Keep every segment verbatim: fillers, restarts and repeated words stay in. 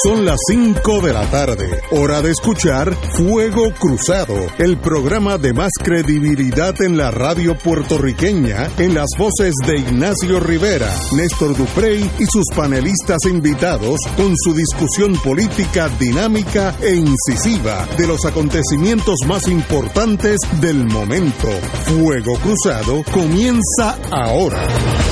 Son las cinco de la tarde, hora de escuchar Fuego Cruzado, el programa de más credibilidad en la radio puertorriqueña, en las voces de Ignacio Rivera, Néstor Duprey y sus panelistas invitados, con su discusión política dinámica e incisiva de los acontecimientos más importantes del momento. Fuego Cruzado comienza ahora.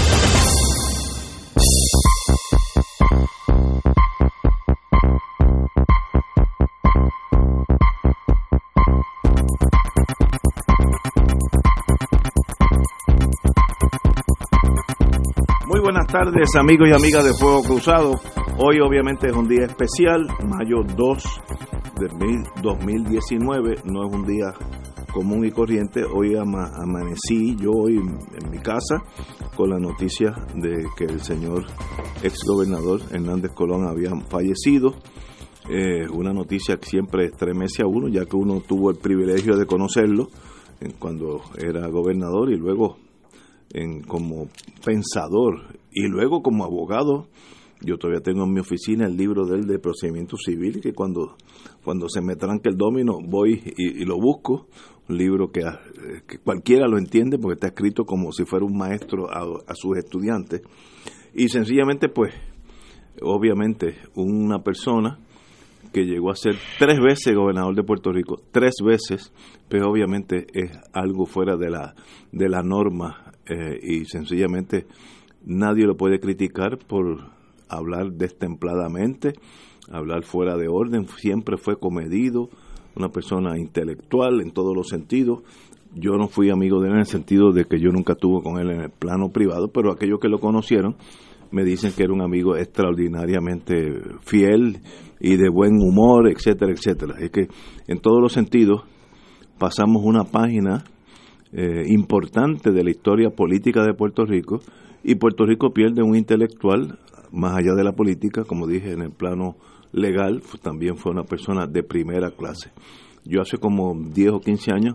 Buenas tardes, amigos y amigas de Fuego Cruzado. Hoy obviamente es un día especial, mayo dos de dos mil diecinueve, no es un día común y corriente. Hoy ama, amanecí yo hoy en mi casa con la noticia de que el señor exgobernador Hernández Colón había fallecido. Eh, una noticia que siempre estremece a uno, ya que uno tuvo el privilegio de conocerlo en, cuando era gobernador y luego en, como pensador y luego como abogado. Yo todavía tengo en mi oficina el libro de él de procedimiento civil, que cuando cuando se me tranca el domino voy y, y lo busco, un libro que, que cualquiera lo entiende porque está escrito como si fuera un maestro a, a sus estudiantes, y sencillamente pues obviamente una persona que llegó a ser tres veces gobernador de Puerto Rico, tres veces, pues obviamente es algo fuera de la de la norma, eh, y sencillamente nadie lo puede criticar por hablar destempladamente, hablar fuera de orden. Siempre fue comedido, una persona intelectual en todos los sentidos. Yo no fui amigo de él en el sentido de que yo nunca estuve con él en el plano privado, pero aquellos que lo conocieron me dicen que era un amigo extraordinariamente fiel y de buen humor, etcétera, etcétera. Es que en todos los sentidos pasamos una página eh, importante de la historia política de Puerto Rico, y Puerto Rico pierde un intelectual más allá de la política. Como dije, en el plano legal también fue una persona de primera clase. Yo hace como diez o quince años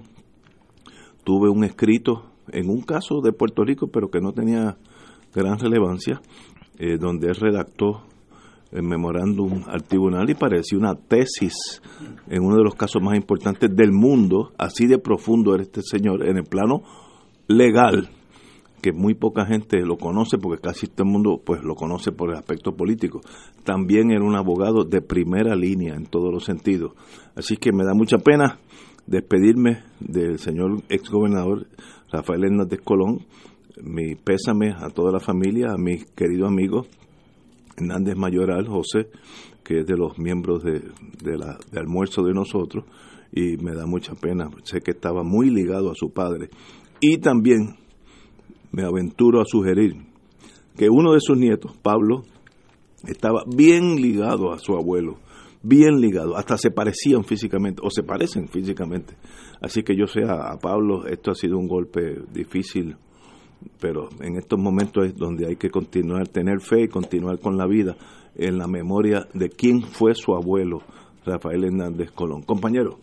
tuve un escrito en un caso de Puerto Rico, pero que no tenía gran relevancia, eh, donde él redactó el memorándum al tribunal y parecía una tesis en uno de los casos más importantes del mundo. Así de profundo era este señor en el plano legal, que muy poca gente lo conoce, porque casi todo el mundo pues lo conoce por el aspecto político. También era un abogado de primera línea en todos los sentidos. Así que me da mucha pena despedirme del señor exgobernador Rafael Hernández Colón. Mi pésame a toda la familia, a mis queridos amigos Hernández Mayoral, José, que es de los miembros de, de la de almuerzo de nosotros, y me da mucha pena. Sé que estaba muy ligado a su padre, y también me aventuro a sugerir que uno de sus nietos, Pablo, estaba bien ligado a su abuelo, bien ligado, hasta se parecían físicamente, o se parecen físicamente. Así que yo sé a, a Pablo, esto ha sido un golpe difícil, pero en estos momentos es donde hay que continuar, tener fe y continuar con la vida en la memoria de quién fue su abuelo, Rafael Hernández Colón. Compañero.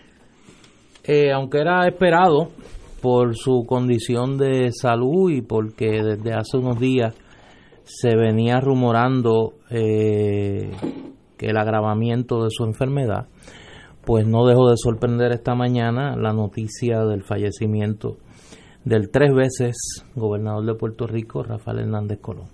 Eh, aunque era esperado por su condición de salud y porque desde hace unos días se venía rumorando eh, que el agravamiento de su enfermedad, pues no dejó de sorprender esta mañana la noticia del fallecimiento del tres veces gobernador de Puerto Rico, Rafael Hernández Colón.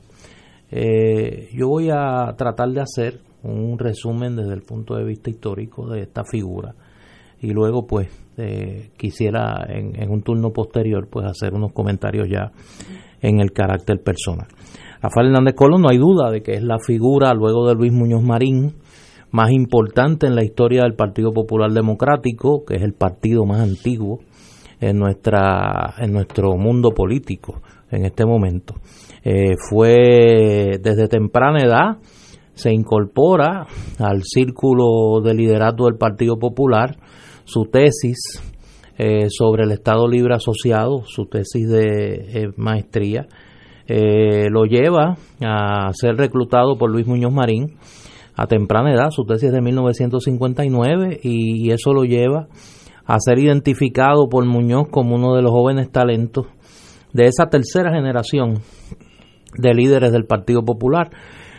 Eh, yo voy a tratar de hacer un resumen desde el punto de vista histórico de esta figura, y luego pues eh, quisiera en, en un turno posterior pues hacer unos comentarios ya en el carácter personal. Rafael Hernández Colón, no hay duda de que es la figura, luego de Luis Muñoz Marín, más importante en la historia del Partido Popular Democrático, que es el partido más antiguo en nuestra en nuestro mundo político en este momento. Eh, fue desde temprana edad, se incorpora al círculo de liderazgo del Partido Popular. Su tesis eh, sobre el Estado Libre Asociado, su tesis de eh, maestría, eh, lo lleva a ser reclutado por Luis Muñoz Marín a temprana edad. Su tesis es de mil novecientos cincuenta y nueve, y, y eso lo lleva a ser identificado por Muñoz como uno de los jóvenes talentos de esa tercera generación de líderes del Partido Popular.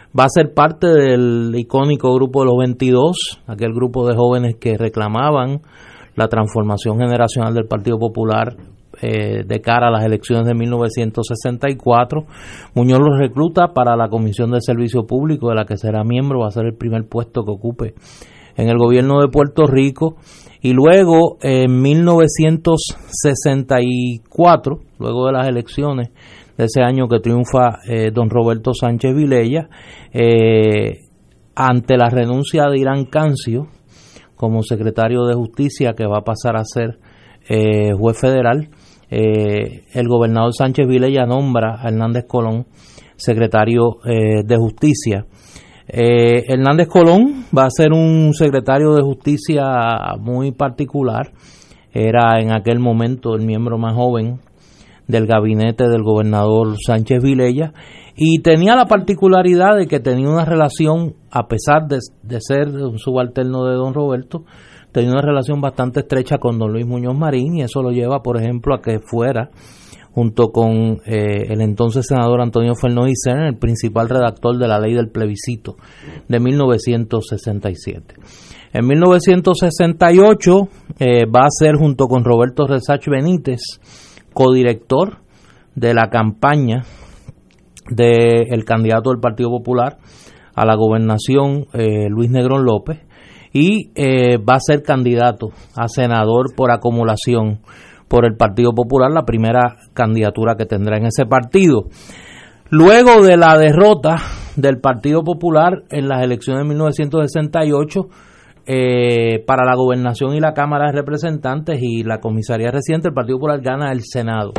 va a ser parte del icónico grupo de los veintidós, aquel grupo de jóvenes que reclamaban la transformación generacional del Partido Popular eh, de cara a las elecciones de mil novecientos sesenta y cuatro. Muñoz los recluta para la Comisión de Servicio Público, de la que será miembro, va a ser el primer puesto que ocupe en el gobierno de Puerto Rico. Y luego, en mil novecientos sesenta y cuatro, luego de las elecciones de ese año que triunfa eh, don Roberto Sánchez Vilella, eh, ante la renuncia de Irán Cancio como secretario de Justicia, que va a pasar a ser eh, juez federal, eh, el gobernador Sánchez Vilella nombra a Hernández Colón secretario eh, de Justicia. Eh, Hernández Colón va a ser un secretario de Justicia muy particular. Era en aquel momento el miembro más joven del gabinete del gobernador Sánchez Vilella, y tenía la particularidad de que tenía una relación, a pesar de, de ser un subalterno de don Roberto, tenía una relación bastante estrecha con don Luis Muñoz Marín, y eso lo lleva, por ejemplo, a que fuera, junto con eh, el entonces senador Antonio Fernández Serna, el principal redactor de la ley del plebiscito de mil novecientos sesenta y siete. En mil novecientos sesenta y ocho eh, va a ser, junto con Roberto Resach Benítez, codirector de la campaña del candidato del Partido Popular a la gobernación, eh, Luis Negrón López, y eh, va a ser candidato a senador por acumulación por el Partido Popular, la primera candidatura que tendrá en ese partido. Luego de la derrota del Partido Popular en las elecciones de mil novecientos sesenta y ocho, eh, para la gobernación y la Cámara de Representantes y la comisaría reciente, el Partido Popular gana el Senado.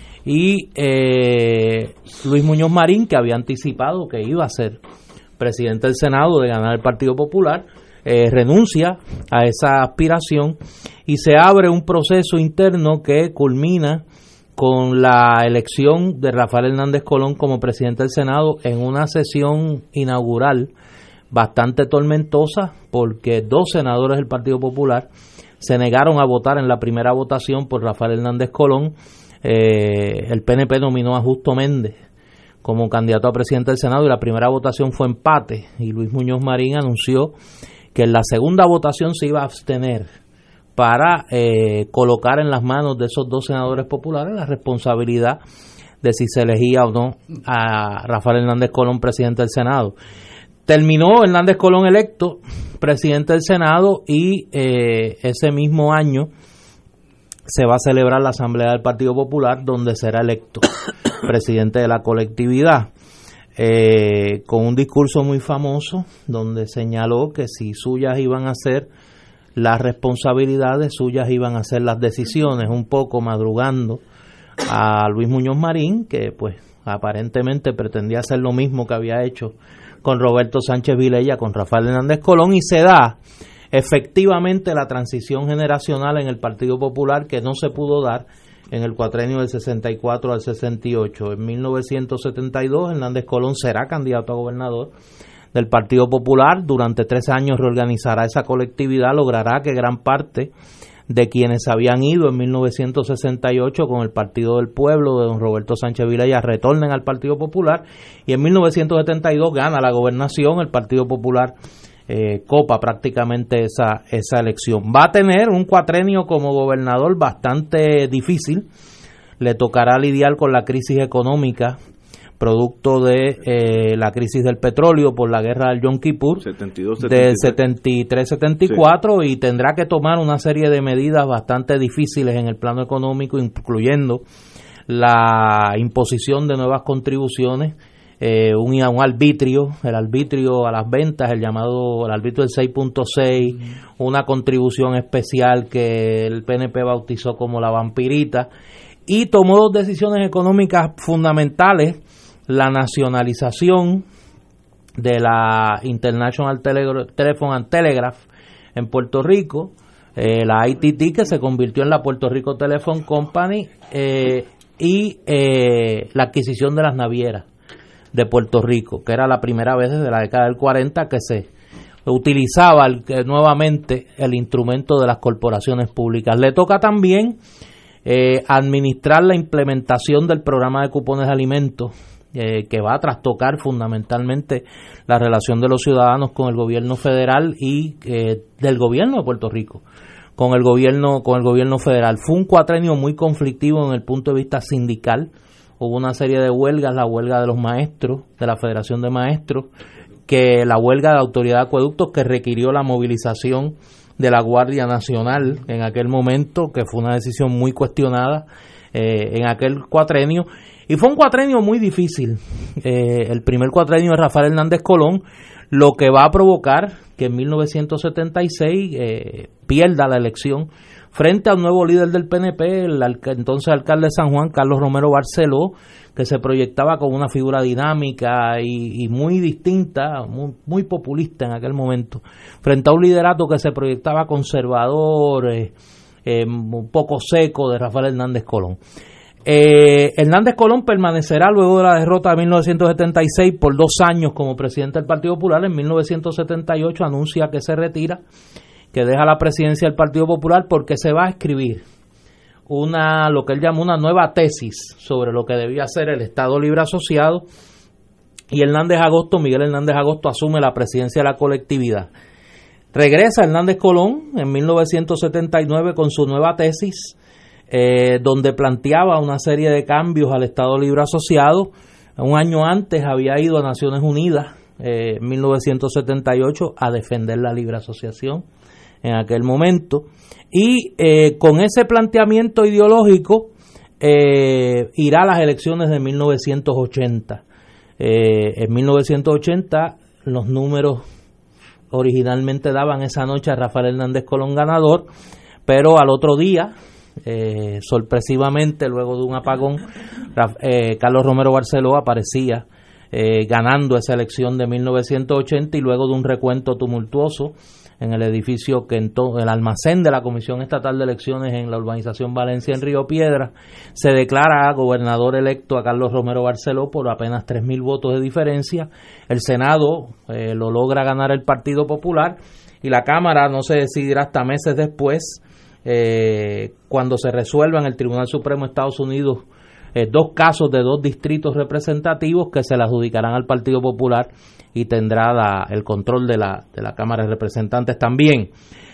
Y eh, Luis Muñoz Marín, que había anticipado que iba a ser presidente del Senado de ganar el Partido Popular, eh, renuncia a esa aspiración, y se abre un proceso interno que culmina con la elección de Rafael Hernández Colón como presidente del Senado en una sesión inaugural bastante tormentosa, porque dos senadores del Partido Popular se negaron a votar en la primera votación por Rafael Hernández Colón. Eh, el P N P nominó a Justo Méndez como candidato a presidente del Senado y la primera votación fue empate, y Luis Muñoz Marín anunció que en la segunda votación se iba a abstener para eh, colocar en las manos de esos dos senadores populares la responsabilidad de si se elegía o no a Rafael Hernández Colón presidente del Senado. Terminó Hernández Colón electo presidente del Senado, y eh, ese mismo año se va a celebrar la Asamblea del Partido Popular, donde será electo presidente de la colectividad, eh, con un discurso muy famoso donde señaló que si suyas iban a ser las responsabilidades, suyas iban a ser las decisiones, un poco madrugando a Luis Muñoz Marín, que pues aparentemente pretendía hacer lo mismo que había hecho con Roberto Sánchez Vilella, con Rafael Hernández Colón, y se da efectivamente la transición generacional en el Partido Popular, que no se pudo dar en el cuatrenio del sesenta y cuatro al sesenta y ocho. En mil novecientos setenta y dos, Hernández Colón será candidato a gobernador del Partido Popular. Durante tres años reorganizará esa colectividad, logrará que gran parte de quienes habían ido en mil novecientos sesenta y ocho con el Partido del Pueblo de don Roberto Sánchez Vilella retornen al Partido Popular, y en mil novecientos setenta y dos gana la gobernación. El Partido Popular eh, copa prácticamente esa, esa elección. Va a tener un cuatrenio como gobernador bastante difícil. Le tocará lidiar con la crisis económica producto de eh, la crisis del petróleo por la guerra del Yom Kippur setenta y dos, setenta y tres. del setenta y tres setenta y cuatro, sí. Y tendrá que tomar una serie de medidas bastante difíciles en el plano económico, incluyendo la imposición de nuevas contribuciones, eh, un, un arbitrio, el arbitrio a las ventas, el llamado el arbitrio del seis punto seis, mm. una contribución especial que el P N P bautizó como la vampirita, y tomó dos decisiones económicas fundamentales: la nacionalización de la International Tele- Telephone and Telegraph en Puerto Rico, eh, la I T T, que se convirtió en la Puerto Rico Telephone Company, eh, y eh, la adquisición de las navieras de Puerto Rico, que era la primera vez desde la década del cuarenta que se utilizaba el, que nuevamente el instrumento de las corporaciones públicas. Le toca también eh, administrar la implementación del programa de cupones de alimentos eh, que va a trastocar fundamentalmente la relación de los ciudadanos con el gobierno federal y eh, del gobierno de Puerto Rico con el gobierno con el gobierno federal. Fue un cuatrenio muy conflictivo en el punto de vista sindical. Hubo una serie de huelgas, la huelga de los maestros, de la Federación de Maestros, que la huelga de la Autoridad de Acueductos, que requirió la movilización de la Guardia Nacional en aquel momento, que fue una decisión muy cuestionada eh, en aquel cuatrenio. Y fue un cuatrenio muy difícil, eh, el primer cuatrenio de Rafael Hernández Colón, lo que va a provocar que en mil novecientos setenta y seis eh, pierda la elección frente al nuevo líder del P N P, el alca- entonces alcalde de San Juan, Carlos Romero Barceló, que se proyectaba como una figura dinámica y, y muy distinta, muy, muy populista en aquel momento, frente a un liderato que se proyectaba conservador, eh, eh, un poco seco de Rafael Hernández Colón. Eh, Hernández Colón permanecerá luego de la derrota de mil novecientos setenta y seis por dos años como presidente del Partido Popular. En mil novecientos setenta y ocho anuncia que se retira, que deja la presidencia del Partido Popular porque se va a escribir una, lo que él llama una nueva tesis sobre lo que debía ser el Estado Libre Asociado, y Hernández Agosto, Miguel Hernández Agosto, asume la presidencia de la colectividad. Regresa Hernández Colón en mil novecientos setenta y nueve con su nueva tesis, eh, donde planteaba una serie de cambios al Estado Libre Asociado. Un año antes había ido a Naciones Unidas, eh, en mil novecientos setenta y ocho, a defender la libre asociación en aquel momento, y eh, con ese planteamiento ideológico eh, irá a las elecciones de mil novecientos ochenta. Eh, en mil novecientos ochenta los números originalmente daban esa noche a Rafael Hernández Colón ganador, pero al otro día, eh, sorpresivamente, luego de un apagón, eh, Carlos Romero Barceló aparecía eh, ganando esa elección de mil novecientos ochenta, y luego de un recuento tumultuoso en el edificio que en el almacén de la Comisión Estatal de Elecciones en la urbanización Valencia en Río Piedras, se declara gobernador electo a Carlos Romero Barceló por apenas tres mil votos de diferencia. El Senado eh, lo logra ganar el Partido Popular, y la Cámara no se decidirá hasta meses después, eh, cuando se resuelva en el Tribunal Supremo de Estados Unidos eh, dos casos de dos distritos representativos que se le adjudicarán al Partido Popular, y tendrá la, el control de la, de la Cámara de Representantes también.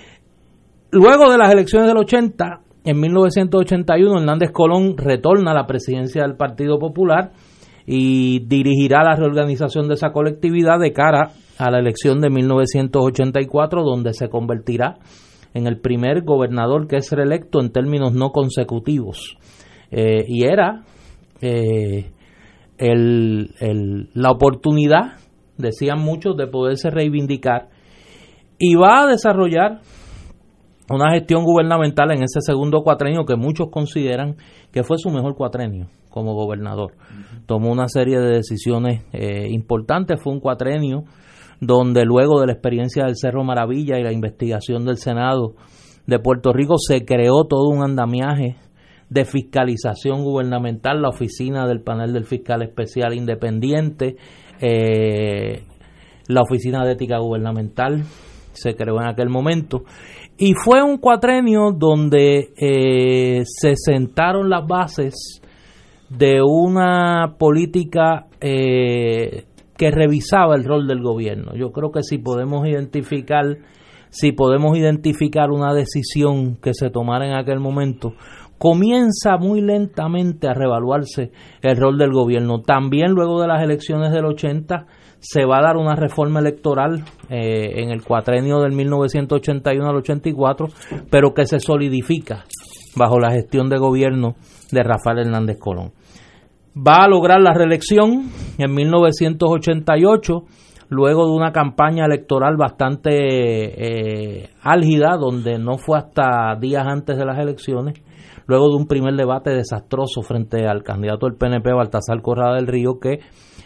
Luego de las elecciones del ochenta, en mil novecientos ochenta y uno, Hernández Colón retorna a la presidencia del Partido Popular y dirigirá la reorganización de esa colectividad de cara a la elección de mil novecientos ochenta y cuatro, donde se convertirá en el primer gobernador que es reelecto en términos no consecutivos. Eh, y era eh, el, el, la oportunidad, decían muchos, de poderse reivindicar, y va a desarrollar una gestión gubernamental en ese segundo cuatrenio que muchos consideran que fue su mejor cuatrenio como gobernador. Tomó una serie de decisiones eh, importantes. Fue un cuatrenio donde, luego de la experiencia del Cerro Maravilla y la investigación del Senado de Puerto Rico, se creó todo un andamiaje de fiscalización gubernamental, la oficina del panel del fiscal especial independiente, eh, la oficina de ética gubernamental se creó en aquel momento, y fue un cuatrenio donde eh, se sentaron las bases de una política eh, que revisaba el rol del gobierno. Yo creo que si podemos identificar si podemos identificar una decisión que se tomara en aquel momento, comienza muy lentamente a reevaluarse el rol del gobierno. También luego de las elecciones del ochenta se va a dar una reforma electoral eh, en el cuatrenio del mil novecientos ochenta y uno al ochenta y cuatro, pero que se solidifica bajo la gestión de gobierno de Rafael Hernández Colón. Va a lograr la reelección en mil novecientos ochenta y ocho, luego de una campaña electoral bastante eh, álgida, donde no fue hasta días antes de las elecciones, luego de un primer debate desastroso frente al candidato del P N P, Baltasar Corrada del Río, que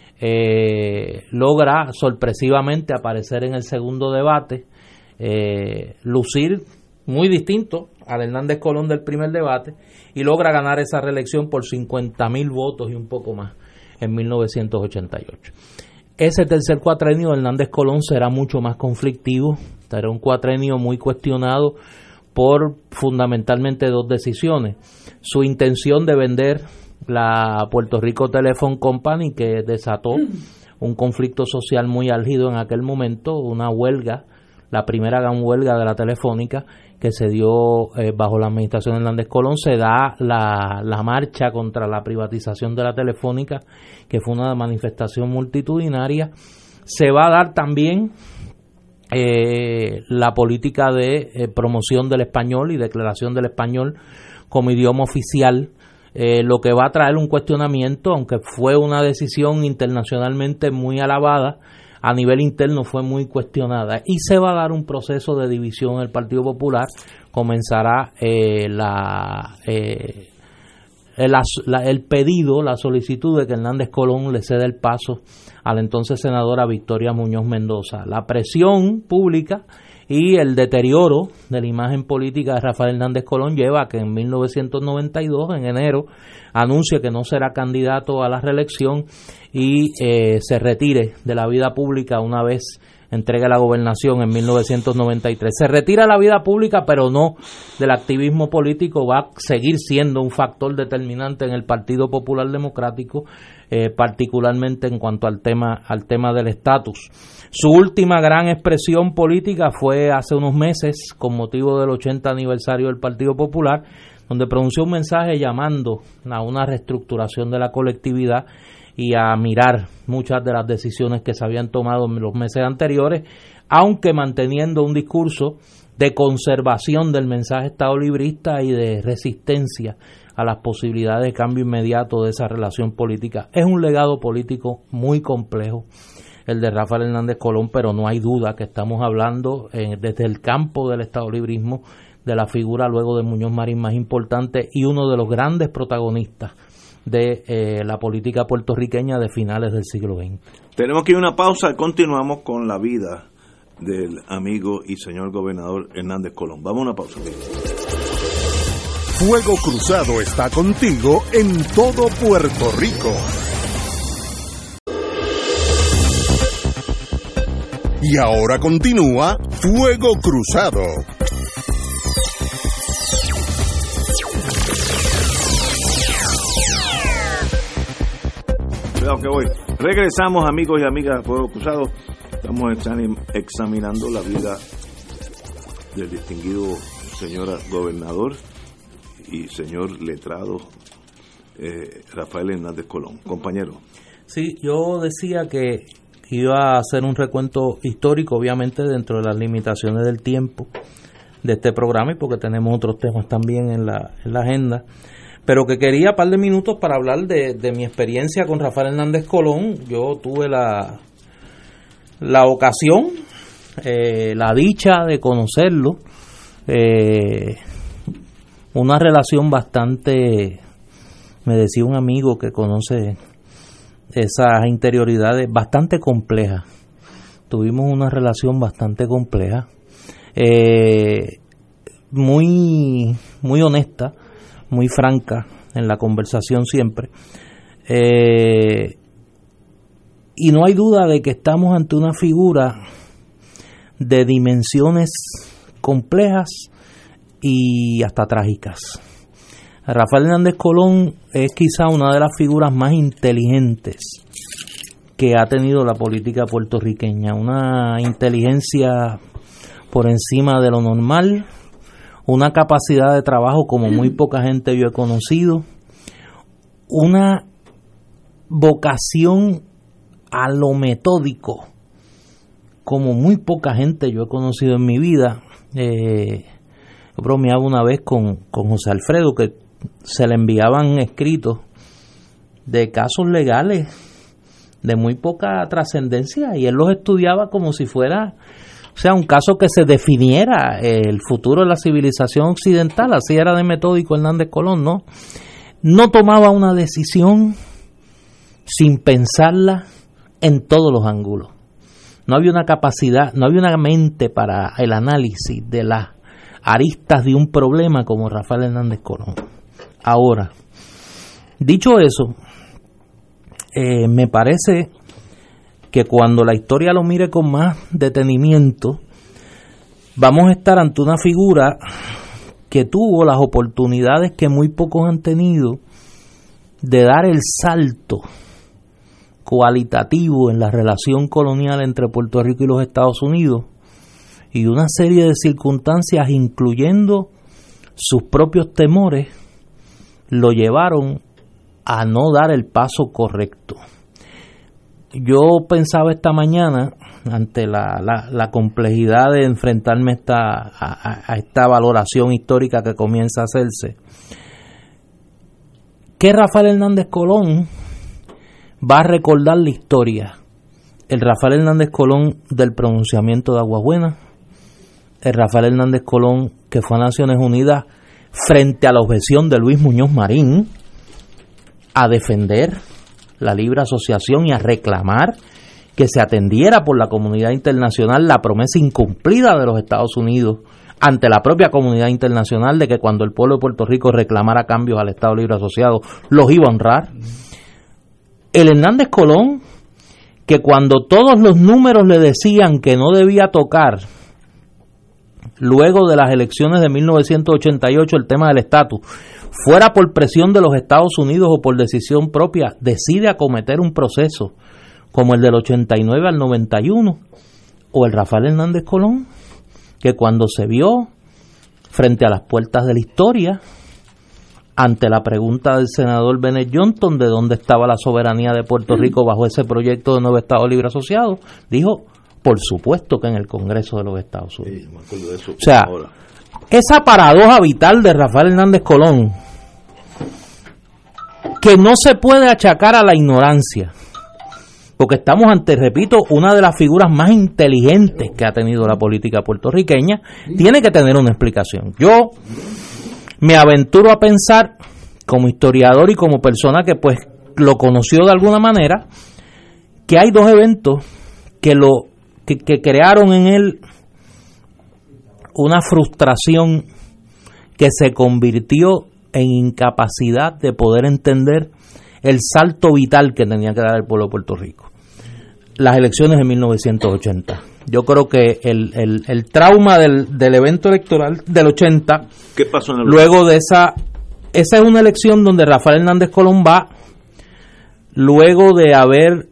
eh, logra sorpresivamente aparecer en el segundo debate, eh, lucir muy distinto al Hernández Colón del primer debate, y logra ganar esa reelección por cincuenta mil votos y un poco más en mil novecientos ochenta y ocho. Ese tercer cuatrenio de Hernández Colón será mucho más conflictivo, será un cuatrenio muy cuestionado por fundamentalmente dos decisiones: su intención de vender la Puerto Rico Telephone Company, que desató un conflicto social muy álgido en aquel momento, una huelga, la primera gran huelga de la Telefónica que se dio eh, bajo la administración de Hernández Colón. Se da la, la marcha contra la privatización de la Telefónica, que fue una manifestación multitudinaria. Se va a dar también eh, la política de eh, promoción del español y declaración del español como idioma oficial, eh, lo que va a traer un cuestionamiento, aunque fue una decisión internacionalmente muy alabada, a nivel interno fue muy cuestionada, y se va a dar un proceso de división en el Partido Popular. Comenzará eh, la, eh, el, la, el pedido, la solicitud de que Hernández Colón le ceda el paso a la entonces senadora Victoria Muñoz Mendoza. La presión pública y el deterioro de la imagen política de Rafael Hernández Colón lleva a que en mil novecientos noventa y dos, en enero, anuncie que no será candidato a la reelección y eh, se retire de la vida pública una vez entregue la gobernación en mil novecientos noventa y tres. Se retira de la vida pública, pero no del activismo político. Va a seguir siendo un factor determinante en el Partido Popular Democrático, eh, particularmente en cuanto al tema al tema del estatus. Su última gran expresión política fue hace unos meses, con motivo del ochenta aniversario del Partido Popular, donde pronunció un mensaje llamando a una reestructuración de la colectividad y a mirar muchas de las decisiones que se habían tomado en los meses anteriores, aunque manteniendo un discurso de conservación del mensaje estado librista y de resistencia a las posibilidades de cambio inmediato de esa relación política. Es un legado político muy complejo el de Rafael Hernández Colón, pero no hay duda que estamos hablando eh, desde el campo del estado librismo de la figura luego de Muñoz Marín más importante y uno de los grandes protagonistas de eh, la política puertorriqueña de finales del siglo veinte. Tenemos que ir a una pausa y continuamos con la vida del amigo y señor gobernador Hernández Colón. Vamos a una pausa. Fuego Cruzado está contigo en todo Puerto Rico. Y ahora continúa Fuego Cruzado. Cuidado que voy. Regresamos, amigos y amigas de Fuego Cruzado. Estamos examinando la vida del distinguido señor gobernador y señor letrado eh, Rafael Hernández Colón. Compañero. Sí, yo decía que iba a hacer un recuento histórico, obviamente dentro de las limitaciones del tiempo de este programa y porque tenemos otros temas también en la, en la agenda, pero que quería un par de minutos para hablar de, de mi experiencia con Rafael Hernández Colón. Yo tuve la, la ocasión, eh, la dicha de conocerlo, eh, una relación bastante, me decía un amigo que conoce esas interioridades, bastante complejas. Tuvimos una relación bastante compleja, eh, muy, muy honesta, muy franca en la conversación siempre, eh, y no hay duda de que estamos ante una figura de dimensiones complejas y hasta trágicas. Rafael Hernández Colón es quizá una de las figuras más inteligentes que ha tenido la política puertorriqueña, una inteligencia por encima de lo normal, una capacidad de trabajo como muy poca gente yo he conocido, una vocación a lo metódico como muy poca gente yo he conocido en mi vida. Eh, yo bromeaba una vez con, con José Alfredo que se le enviaban escritos de casos legales de muy poca trascendencia y él los estudiaba como si fuera, o sea, un caso que se definiera el futuro de la civilización occidental. Así era de metódico Hernández Colón, ¿no? No tomaba una decisión sin pensarla en todos los ángulos. No había una capacidad, no había una mente para el análisis de las aristas de un problema como Rafael Hernández Colón. Ahora, dicho eso, eh, me parece que cuando la historia lo mire con más detenimiento, vamos a estar ante una figura que tuvo las oportunidades que muy pocos han tenido de dar el salto cualitativo en la relación colonial entre Puerto Rico y los Estados Unidos, y una serie de circunstancias, incluyendo sus propios temores, lo llevaron a no dar el paso correcto. Yo pensaba esta mañana, ante la, la, la complejidad de enfrentarme esta, a, a esta valoración histórica que comienza a hacerse, que Rafael Hernández Colón va a recordar la historia. El Rafael Hernández Colón del pronunciamiento de Aguas Buenas, el Rafael Hernández Colón que fue a Naciones Unidas frente a la objeción de Luis Muñoz Marín a defender la libre asociación y a reclamar que se atendiera por la comunidad internacional la promesa incumplida de los Estados Unidos ante la propia comunidad internacional de que cuando el pueblo de Puerto Rico reclamara cambios al Estado Libre Asociado los iba a honrar. El Hernández Colón que cuando todos los números le decían que no debía tocar luego de las elecciones de mil novecientos ochenta y ocho el tema del estatus, fuera por presión de los Estados Unidos o por decisión propia, decide acometer un proceso como el del ochenta y nueve al noventa y uno, o el Rafael Hernández Colón, que cuando se vio frente a las puertas de la historia, ante la pregunta del senador Bennett Johnson de dónde estaba la soberanía de Puerto Rico bajo ese proyecto de nuevo Estado Libre Asociado, dijo, por supuesto que en el Congreso de los Estados Unidos. Sí, me acuerdo de eso, o sea, ahora. Esa paradoja vital de Rafael Hernández Colón, que no se puede achacar a la ignorancia, porque estamos ante, repito, una de las figuras más inteligentes que ha tenido la política puertorriqueña, tiene que tener una explicación. Yo me aventuro a pensar, como historiador y como persona que pues lo conoció de alguna manera, que hay dos eventos que lo que, que crearon en él una frustración que se convirtió en incapacidad de poder entender el salto vital que tenía que dar el pueblo de Puerto Rico. Las elecciones de mil novecientos ochenta. Yo creo que el, el, el trauma del, del evento electoral del ochenta, ¿qué pasó en el luego de esa, esa es una elección donde Rafael Hernández Colón va, luego de haber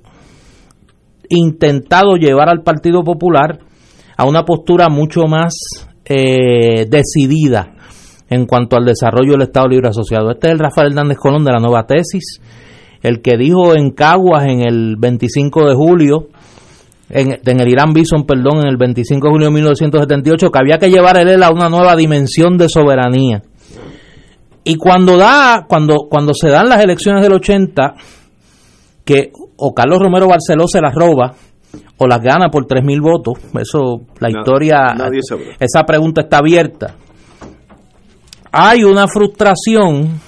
intentado llevar al Partido Popular a una postura mucho más eh, decidida en cuanto al desarrollo del Estado Libre Asociado. Este es el Rafael Hernández Colón de la nueva tesis, el que dijo en Caguas en el veinticinco de julio, en, en el Irán Bison, perdón, en el veinticinco de julio de mil novecientos setenta y ocho, que había que llevar a él a una nueva dimensión de soberanía. Y cuando da, cuando, cuando se dan las elecciones del ochenta, que o Carlos Romero Barceló se las roba, o las gana por tres mil votos, eso, la no, historia, esa pregunta está abierta. Hay una frustración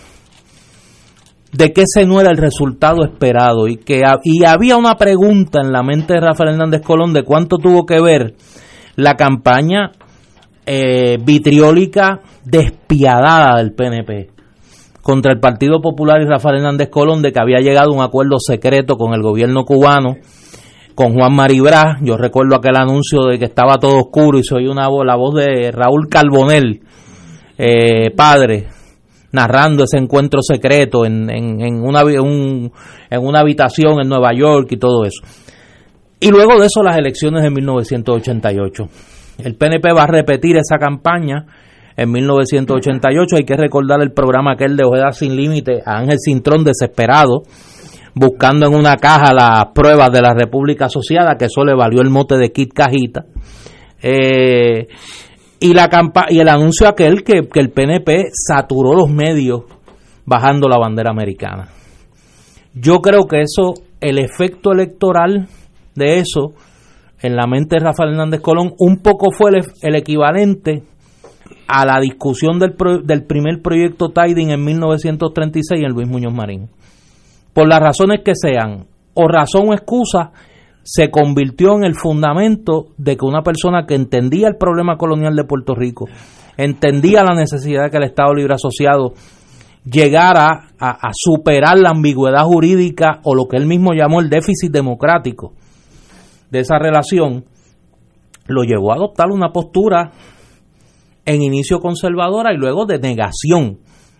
de que ese no era el resultado esperado y que y había una pregunta en la mente de Rafael Hernández Colón de cuánto tuvo que ver la campaña eh, vitriólica despiadada del P N P contra el Partido Popular y Rafael Hernández Colón, de que había llegado a un acuerdo secreto con el gobierno cubano, con Juan Maribraz. Yo recuerdo aquel anuncio de que estaba todo oscuro y se oía una voz, la voz de Raúl Carbonell, eh, padre, narrando ese encuentro secreto en, en, en, una, un, en una habitación en Nueva York y todo eso. Y luego de eso las elecciones de mil novecientos ochenta y ocho. El P N P va a repetir esa campaña en mil novecientos ochenta y ocho. Hay que recordar el programa aquel de Ojeda Sin Límite, a Ángel Cintrón desesperado, buscando en una caja las pruebas de la República Asociada, que eso le valió el mote de Kit Cajita. Eh... Y la campa y el anuncio aquel que, que el P N P saturó los medios bajando la bandera americana. Yo creo que eso, el efecto electoral de eso, en la mente de Rafael Hernández Colón, un poco fue el, el equivalente a la discusión del, pro, del primer proyecto Tiding en mil novecientos treinta y seis en Luis Muñoz Marín. Por las razones que sean, o razón o excusa, se convirtió en el fundamento de que una persona que entendía el problema colonial de Puerto Rico, entendía la necesidad de que el Estado Libre Asociado llegara a, a superar la ambigüedad jurídica o lo que él mismo llamó el déficit democrático de esa relación, lo llevó a adoptar una postura en inicio conservadora y luego de negación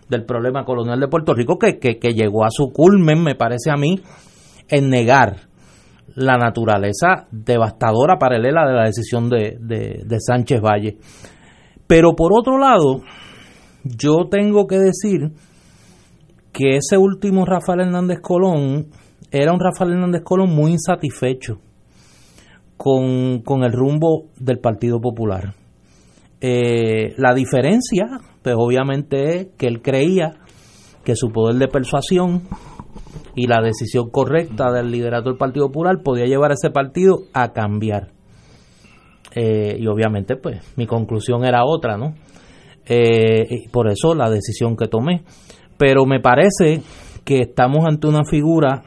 del problema colonial de Puerto Rico, que, que, que llegó a su culmen, me parece a mí, en negar la naturaleza devastadora paralela de la decisión de, de, de Sánchez Valle. Pero por otro lado, yo tengo que decir que ese último Rafael Hernández Colón era un Rafael Hernández Colón muy insatisfecho con, con el rumbo del Partido Popular. Eh, la diferencia, pues obviamente es que él creía que su poder de persuasión y la decisión correcta del liderato del Partido Popular podía llevar a ese partido a cambiar. Eh, y obviamente, pues, mi conclusión era otra, ¿no? Eh, y por eso la decisión que tomé. Pero me parece que estamos ante una figura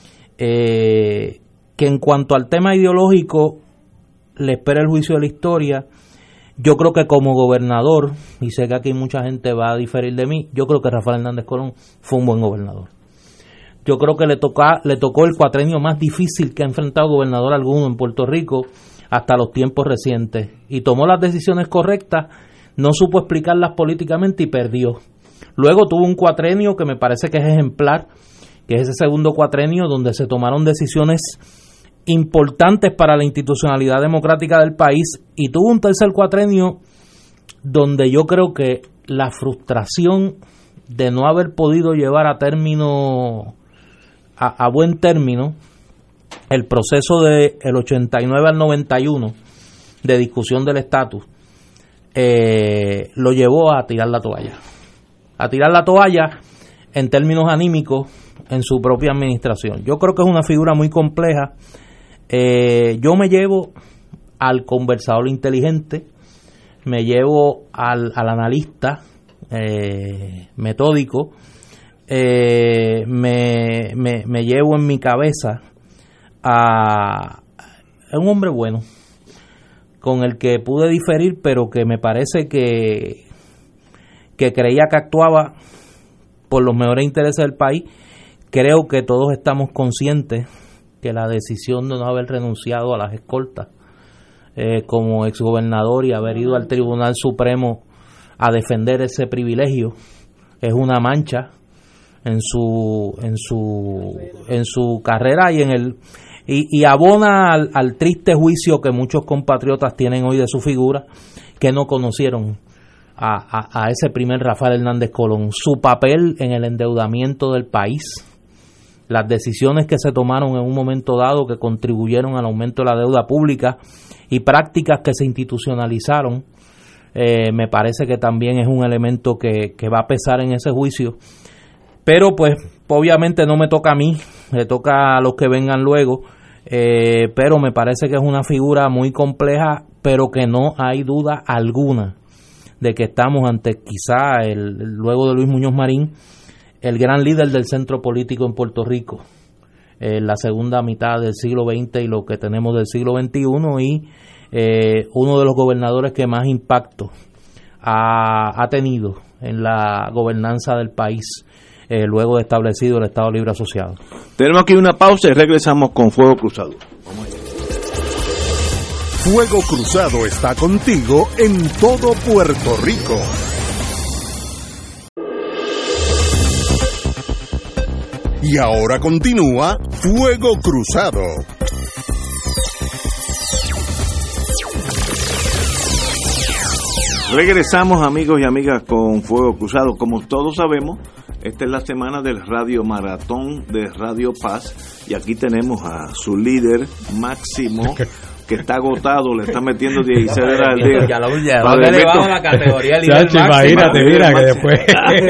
eh, que en cuanto al tema ideológico le espera el juicio de la historia. Yo creo que como gobernador, y sé que aquí mucha gente va a diferir de mí, yo creo que Rafael Hernández Colón fue un buen gobernador. Yo creo que le, toca, le tocó el cuatrenio más difícil que ha enfrentado gobernador alguno en Puerto Rico hasta los tiempos recientes. Y tomó las decisiones correctas, no supo explicarlas políticamente y perdió. Luego tuvo un cuatrenio que me parece que es ejemplar, que es ese segundo cuatrenio donde se tomaron decisiones importantes para la institucionalidad democrática del país, y tuvo un tercer cuatrenio donde yo creo que la frustración de no haber podido llevar a término a, a buen término el proceso de el ochenta y nueve al noventa y uno de discusión del estatus, eh, lo llevó a tirar la toalla a tirar la toalla en términos anímicos en su propia administración. Yo creo que es una figura muy compleja. Eh, yo me llevo al conversador inteligente, me llevo al, al analista eh, metódico, eh, me, me, me llevo en mi cabeza a, a un hombre bueno, con el que pude diferir, pero que me parece que, que creía que actuaba por los mejores intereses del país. Creo que todos estamos conscientes que la decisión de no haber renunciado a las escoltas eh, como exgobernador y haber ido al Tribunal Supremo a defender ese privilegio es una mancha en su en su en su carrera y en el y, y abona al, al triste juicio que muchos compatriotas tienen hoy de su figura, que no conocieron a, a, a ese primer Rafael Hernández Colón, su papel en el endeudamiento del país, las decisiones que se tomaron en un momento dado que contribuyeron al aumento de la deuda pública y prácticas que se institucionalizaron. Eh, me parece que también es un elemento que, que va a pesar en ese juicio. Pero pues obviamente no me toca a mí, le toca a los que vengan luego, eh, pero me parece que es una figura muy compleja, pero que no hay duda alguna de que estamos ante quizá, el, luego de Luis Muñoz Marín, el gran líder del centro político en Puerto Rico en la segunda mitad del siglo veinte y lo que tenemos del siglo veintiuno, y eh, uno de los gobernadores que más impacto ha, ha tenido en la gobernanza del país eh, luego de establecido el Estado Libre Asociado. Tenemos aquí una pausa y regresamos con Fuego Cruzado. Vamos allá. Fuego Cruzado está contigo en todo Puerto Rico. Y ahora continúa Fuego Cruzado. Regresamos, amigos y amigas, con Fuego Cruzado. Como todos sabemos, esta es la semana del Radio Maratón de Radio Paz, y aquí tenemos a su líder máximo, que está agotado, le está metiendo dieciséis horas al día. Ya lo, ya lo que le bajo la categoría líder máximo. Imagínate, mira que después.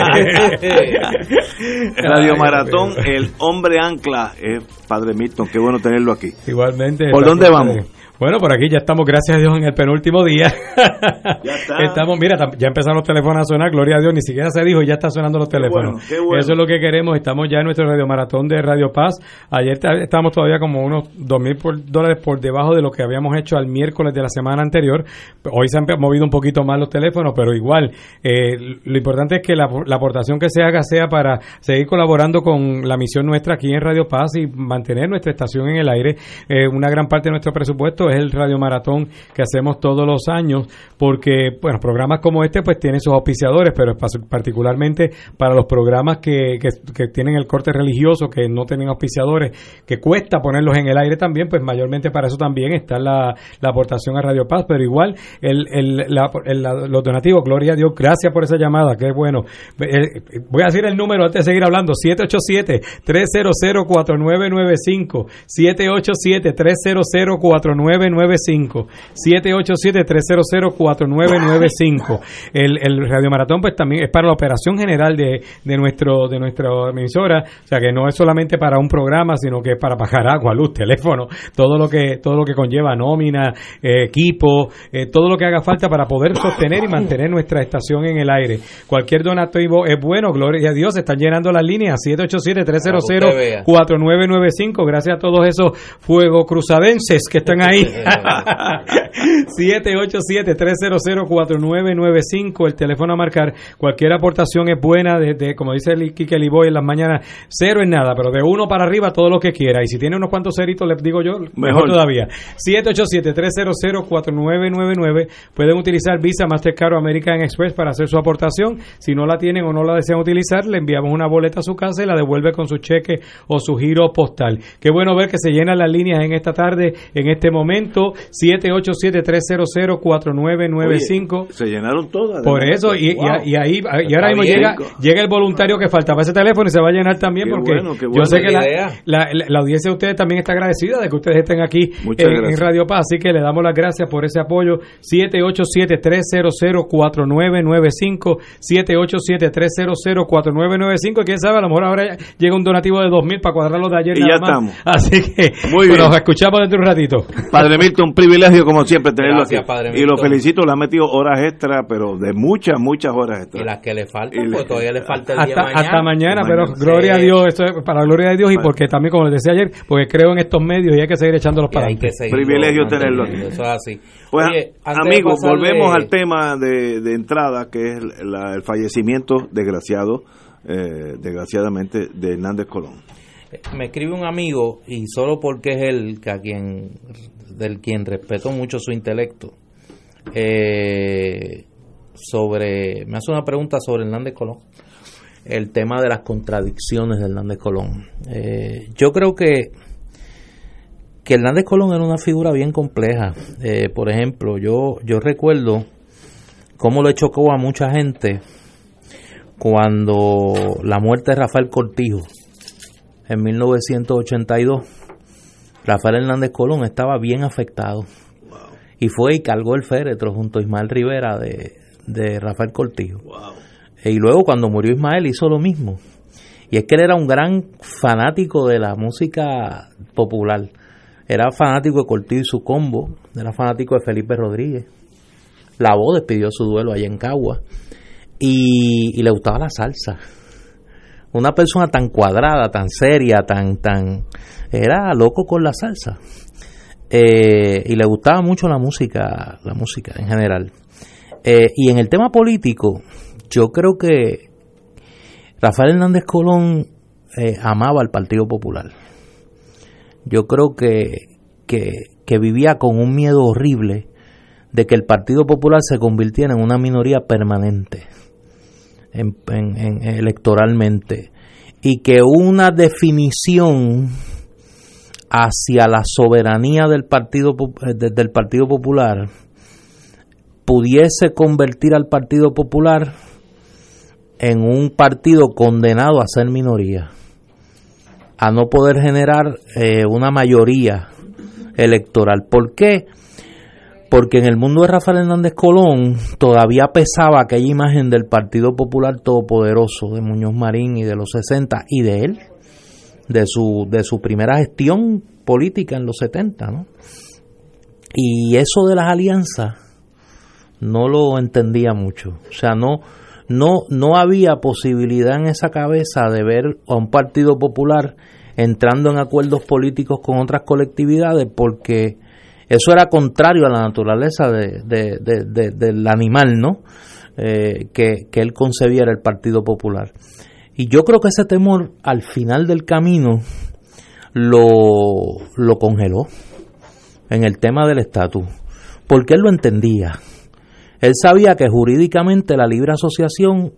Radio Maratón, el hombre ancla es Padre Milton, qué bueno tenerlo aquí. Igualmente. ¿Por dónde vamos? Bueno, por aquí ya estamos, gracias a Dios, en el penúltimo día. Ya está. Estamos, mira, ya empezaron los teléfonos a sonar, gloria a Dios, ni siquiera se dijo, ya están sonando los teléfonos. Qué bueno, qué bueno. Eso es lo que queremos, estamos ya en nuestro Radio Maratón de Radio Paz. Ayer estábamos todavía como unos dos mil dólares por debajo de lo que habíamos hecho al miércoles de la semana anterior. Hoy se han movido un poquito más los teléfonos, pero igual, eh, lo importante es que la, la aportación que se haga sea para seguir colaborando con la misión nuestra aquí en Radio Paz y mantener nuestra estación en el aire. Eh, una gran parte de nuestro presupuesto es el Radio Maratón que hacemos todos los años, porque bueno, programas como este pues tienen sus auspiciadores, pero particularmente para los programas que, que, que tienen el corte religioso, que no tienen auspiciadores, que cuesta ponerlos en el aire también, pues mayormente para eso también está la, la aportación a Radio Paz, pero igual el, el, la, el, la, los donativos, gloria a Dios, gracias por esa llamada, qué bueno. Eh, voy a decir el número antes de seguir hablando, siete ocho siete, tres cero cero, cuatro nueve nueve cinco, siete ocho siete, tres cero cero, cuatro nueve nueve cinco, siete ocho siete, tres cero cero, cuatro nueve nueve cinco. El, el Radio Maratón pues también es para la operación general de, de nuestro de nuestra emisora, o sea que no es solamente para un programa, sino que es para pagar agua, luz, teléfono, todo lo que todo lo que conlleva nómina, eh, equipo, eh, todo lo que haga falta para poder sostener y mantener nuestra estación en el aire. Cualquier donativo es bueno, gloria a Dios, se están llenando las líneas, siete ocho siete, tres cero cero, cuatro nueve nueve cinco, gracias a todos esos fuego cruzadenses que están ahí. siete ocho siete, tres cero cero, cuatro nueve nueve cinco, el teléfono a marcar. Cualquier aportación es buena, desde, como dice el Quique Liboy en las mañanas, cero es nada, pero de uno para arriba todo lo que quiera, y si tiene unos cuantos ceritos, les digo yo, mejor, mejor todavía. siete ocho siete, tres cero cero, cuatro nueve nueve nueve, pueden utilizar Visa, Mastercard o American Express para hacer su aportación. Si no la tienen o no la desean utilizar, le enviamos una boleta a su casa y la devuelve con su cheque o su giro postal. Qué bueno ver que se llenan las líneas en esta tarde, en este momento. Siete ocho siete, tres cero cero, cuatro nueve nueve cinco. Se llenaron todas. Por eso, y, wow. y, y ahí y ahora mismo llega, llega el voluntario que faltaba ese teléfono y se va a llenar también, qué porque bueno, bueno, yo sé que la, la, la, la audiencia de ustedes también está agradecida de que ustedes estén aquí en, en Radio Paz, así que le damos las gracias por ese apoyo. Siete ocho siete, tres cero cero, cuatro nueve nueve cinco, siete ocho siete, tres cero cero, cuatro nueve nueve cinco, quién sabe, a lo mejor ahora llega un donativo de dos mil para cuadrarlo de ayer y nada ya más. Estamos. Así que muy bien. Nos escuchamos dentro de un ratito. Padre Milton, un privilegio como siempre tenerlo gracias, aquí. Padre y lo felicito, le ha metido horas extra, pero de muchas, muchas horas extra. Y las que le faltan, pues todavía le falta el hasta, día mañana. Hasta mañana, mañana. pero gloria sí. a Dios, esto es para la gloria de Dios, y porque también, como les decía ayer, porque creo en estos medios y hay que seguir echándolos para adelante. Privilegio tenerlo aquí. Eso es así. Pues, Oye, amigos, pasarle... volvemos al tema de, de entrada, que es la, el fallecimiento desgraciado, eh, desgraciadamente, de Hernández Colón. Me escribe un amigo, y solo porque es él, que a quien, del quien respeto mucho su intelecto, eh, sobre, me hace una pregunta sobre Hernández Colón, el tema de las contradicciones de Hernández Colón. Eh, yo creo que que Hernández Colón era una figura bien compleja. Eh, por ejemplo, yo yo recuerdo cómo le chocó a mucha gente cuando la muerte de Rafael Cortijo en mil novecientos ochenta y dos. Rafael Hernández Colón estaba bien afectado. Wow. Y fue y cargó el féretro junto a Ismael Rivera de, de Rafael Cortijo. Wow. Y luego cuando murió Ismael hizo lo mismo. Y es que él era un gran fanático de la música popular. Era fanático de Cortijo y su combo. Era fanático de Felipe Rodríguez. La Voz despidió su duelo allá en Cagua. Y, y le gustaba la salsa. Una persona tan cuadrada, tan seria, tan tan era loco con la salsa. Eh, y le gustaba mucho la música, la música en general. Eh, y en el tema político, yo creo que Rafael Hernández Colón eh, amaba al Partido Popular. Yo creo que, que, que vivía con un miedo horrible de que el Partido Popular se convirtiera en una minoría permanente en, en, en, electoralmente, y que una definición hacia la soberanía del Partido del Partido Popular pudiese convertir al Partido Popular en un partido condenado a ser minoría, a no poder generar eh, una mayoría electoral. ¿Por qué? Porque en el mundo de Rafael Hernández Colón todavía pesaba aquella imagen del Partido Popular todopoderoso de Muñoz Marín y de los sesenta, y de él, de su de su primera gestión política en los setenta, ¿no? Y eso de las alianzas no lo entendía mucho. O sea, no no no había posibilidad en esa cabeza de ver a un Partido Popular entrando en acuerdos políticos con otras colectividades, porque eso era contrario a la naturaleza de, de, de, de, del animal, ¿no? Eh, que, que él concebiera el Partido Popular. Y yo creo que ese temor al final del camino lo, lo congeló. en el tema del estatus, porque él lo entendía. Él sabía que jurídicamente la libre asociación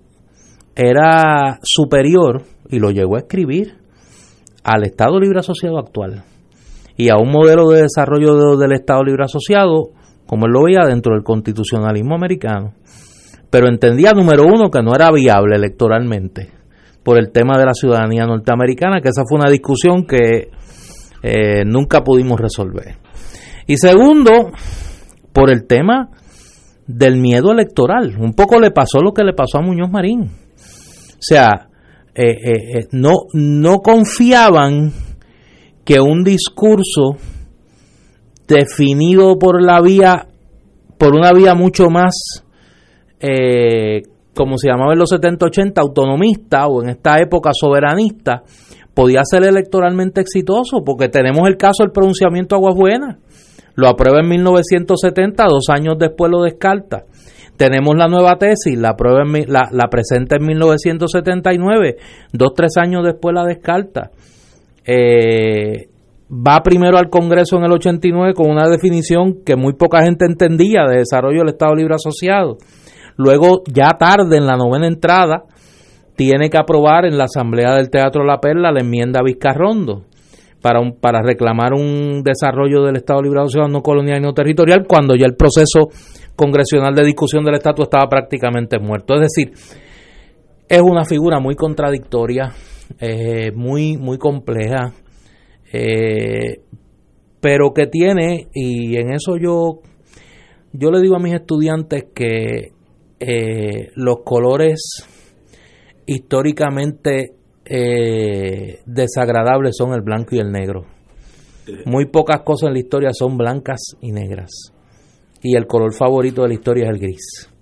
era superior, y lo llegó a escribir, al Estado Libre Asociado actual y a un modelo de desarrollo de, del Estado Libre Asociado, como él lo veía dentro del constitucionalismo americano. Pero entendía, número uno, que no era viable electoralmente por el tema de la ciudadanía norteamericana, que esa fue una discusión que eh, nunca pudimos resolver. Y segundo, por el tema del miedo electoral. Un poco le pasó lo que le pasó a Muñoz Marín. O sea, eh, eh, eh, no, no confiaban que un discurso definido por la vía, por una vía mucho más, eh, como se llamaba en los setenta ochenta, autonomista, o en esta época soberanista, podía ser electoralmente exitoso, porque tenemos el caso del pronunciamiento Aguas Buenas. Lo aprueba en mil novecientos setenta, dos años después lo descarta. Tenemos la nueva tesis, la, aprueba en, la, la presenta en mil novecientos setenta y nueve, dos, tres años después la descarta. Eh, va primero al Congreso en el ochenta y nueve con una definición que muy poca gente entendía de desarrollo del Estado Libre Asociado. Luego, ya tarde, en la novena entrada, tiene que aprobar en la Asamblea del Teatro La Perla la enmienda Vizcarrondo para, un, para reclamar un desarrollo del Estado Libre Asociado no colonial y no territorial, cuando ya el proceso congresional de discusión del estatus estaba prácticamente muerto. Es decir, es una figura muy contradictoria, eh, muy, muy compleja, eh, pero que tiene, y en eso yo, yo le digo a mis estudiantes que eh, los colores históricamente eh, desagradables son el blanco y el negro. Muy pocas cosas en la historia son blancas y negras. Y el color favorito de la historia es el gris.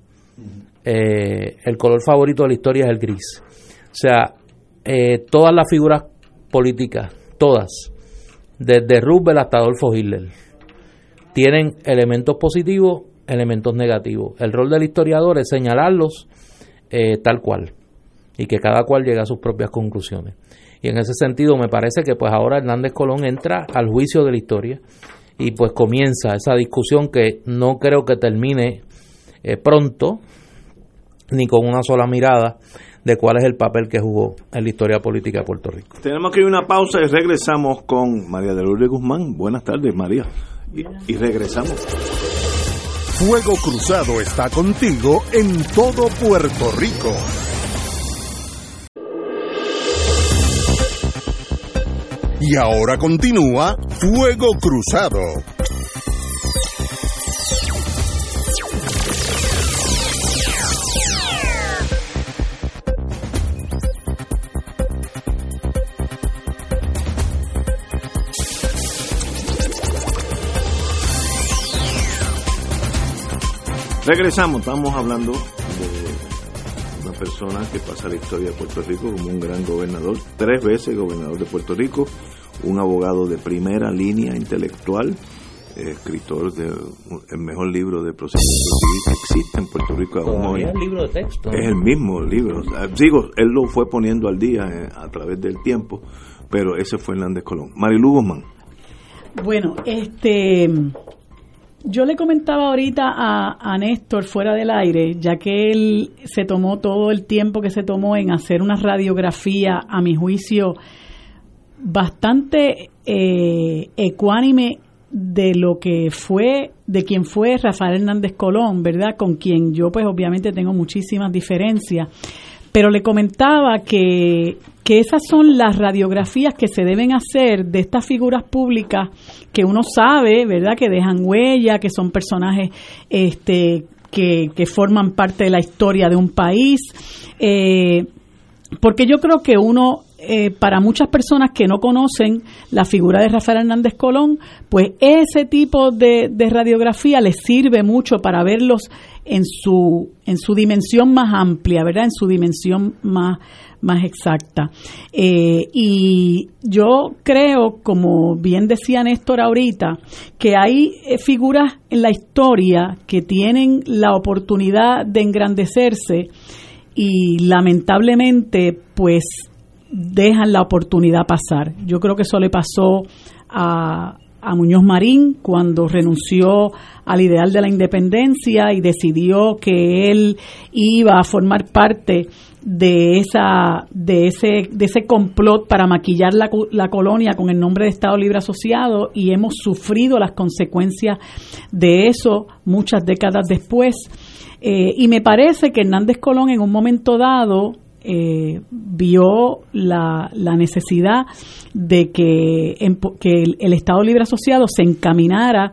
Eh, el color favorito de la historia es el gris. O sea, eh, todas las figuras políticas, todas, desde Roosevelt hasta Adolfo Hitler, tienen elementos positivos, elementos negativos. El rol del historiador es señalarlos eh, tal cual, y que cada cual llegue a sus propias conclusiones. Y en ese sentido me parece que pues ahora Hernández Colón entra al juicio de la historia, y pues comienza esa discusión que no creo que termine eh, pronto, ni con una sola mirada de cuál es el papel que jugó en la historia política de Puerto Rico. Tenemos que ir a una pausa y regresamos con María de Lourdes Guzmán. Buenas tardes, María. Y, y regresamos. Fuego Cruzado está contigo en todo Puerto Rico. Y ahora continúa Fuego Cruzado. Regresamos, estamos hablando de una persona que pasa la historia de Puerto Rico como un gran gobernador, tres veces gobernador de Puerto Rico, un abogado de primera línea intelectual, eh, escritor del mejor libro de procedimiento civil que existe en Puerto Rico aún hoy. Es el libro de texto. Es el mismo libro. Digo, él lo fue poniendo al día eh, a través del tiempo, pero ese fue Hernández Colón. Marilu Guzmán. Bueno, este... yo le comentaba ahorita a, a Néstor fuera del aire, ya que él se tomó todo el tiempo que se tomó en hacer una radiografía, a mi juicio, bastante eh, ecuánime de lo que fue, de quien fue Rafael Hernández Colón, ¿verdad? Con quien yo pues obviamente tengo muchísimas diferencias, pero le comentaba que, que esas son las radiografías que se deben hacer de estas figuras públicas que uno sabe, ¿verdad?, que dejan huella, que son personajes este que, que forman parte de la historia de un país, eh, porque yo creo que uno, eh, para muchas personas que no conocen la figura de Rafael Hernández Colón, pues ese tipo de, de radiografía les sirve mucho para verlos en su en su dimensión más amplia, ¿verdad?, en su dimensión más más exacta. Eh, y yo creo, como bien decía Néstor ahorita, que hay eh, figuras en la historia que tienen la oportunidad de engrandecerse y lamentablemente pues dejan la oportunidad pasar. Yo creo que eso le pasó a, a Muñoz Marín cuando renunció al ideal de la independencia y decidió que él iba a formar parte de esa de ese de ese complot para maquillar la, la colonia con el nombre de Estado Libre Asociado, y hemos sufrido las consecuencias de eso muchas décadas después. Eh, y me parece que Hernández Colón en un momento dado eh, vio la, la necesidad de que, en, que el, el Estado Libre Asociado se encaminara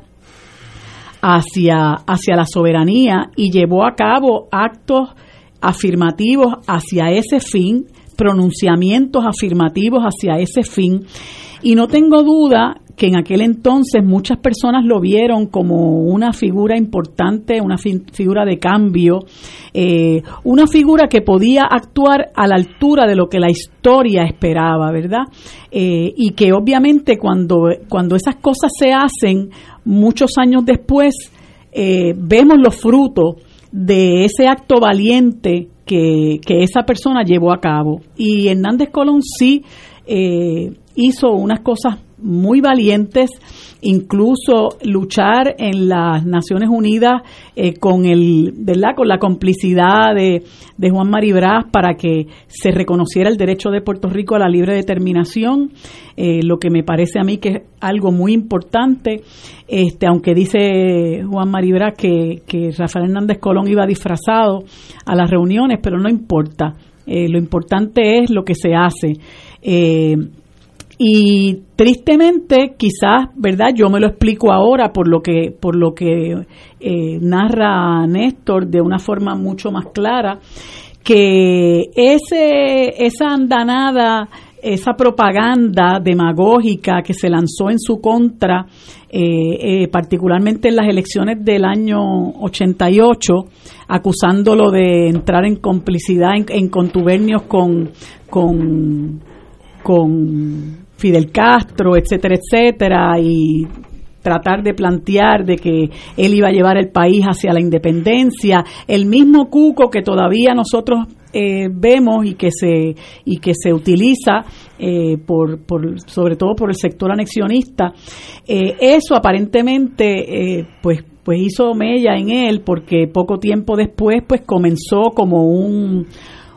hacia, hacia la soberanía, y llevó a cabo actos afirmativos hacia ese fin, pronunciamientos afirmativos hacia ese fin, y no tengo duda que en aquel entonces muchas personas lo vieron como una figura importante, una fi- figura de cambio, eh, una figura que podía actuar a la altura de lo que la historia esperaba, ¿verdad? Eh, y que obviamente cuando, cuando esas cosas se hacen muchos años después, eh, vemos los frutos de ese acto valiente que, que esa persona llevó a cabo. Y Hernández Colón sí eh, hizo unas cosas muy valientes, incluso luchar en las Naciones Unidas eh, con el, ¿verdad?, con la complicidad de, de Juan Mari Brás para que se reconociera el derecho de Puerto Rico a la libre determinación, eh, lo que me parece a mí que es algo muy importante, este, aunque dice Juan Mari Brás que, que Rafael Hernández Colón iba disfrazado a las reuniones, pero no importa, eh, lo importante es lo que se hace. Eh, Y tristemente, quizás, ¿verdad? Yo me lo explico ahora por lo que por lo que eh, narra Néstor de una forma mucho más clara, que ese esa andanada, esa propaganda demagógica que se lanzó en su contra, eh, eh, particularmente en las elecciones del año ochenta y ocho, acusándolo de entrar en complicidad, en, en contubernios con con con Fidel Castro, etcétera, etcétera, y tratar de plantear de que él iba a llevar el país hacia la independencia, el mismo cuco que todavía nosotros eh, vemos y que se y que se utiliza eh, por, por sobre todo por el sector anexionista, eh, eso aparentemente eh, pues pues hizo mella en él, porque poco tiempo después pues comenzó como un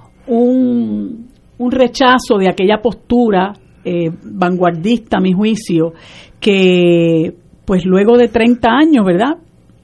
un un rechazo de aquella postura eh, vanguardista, a mi juicio, que pues luego de treinta años, ¿verdad?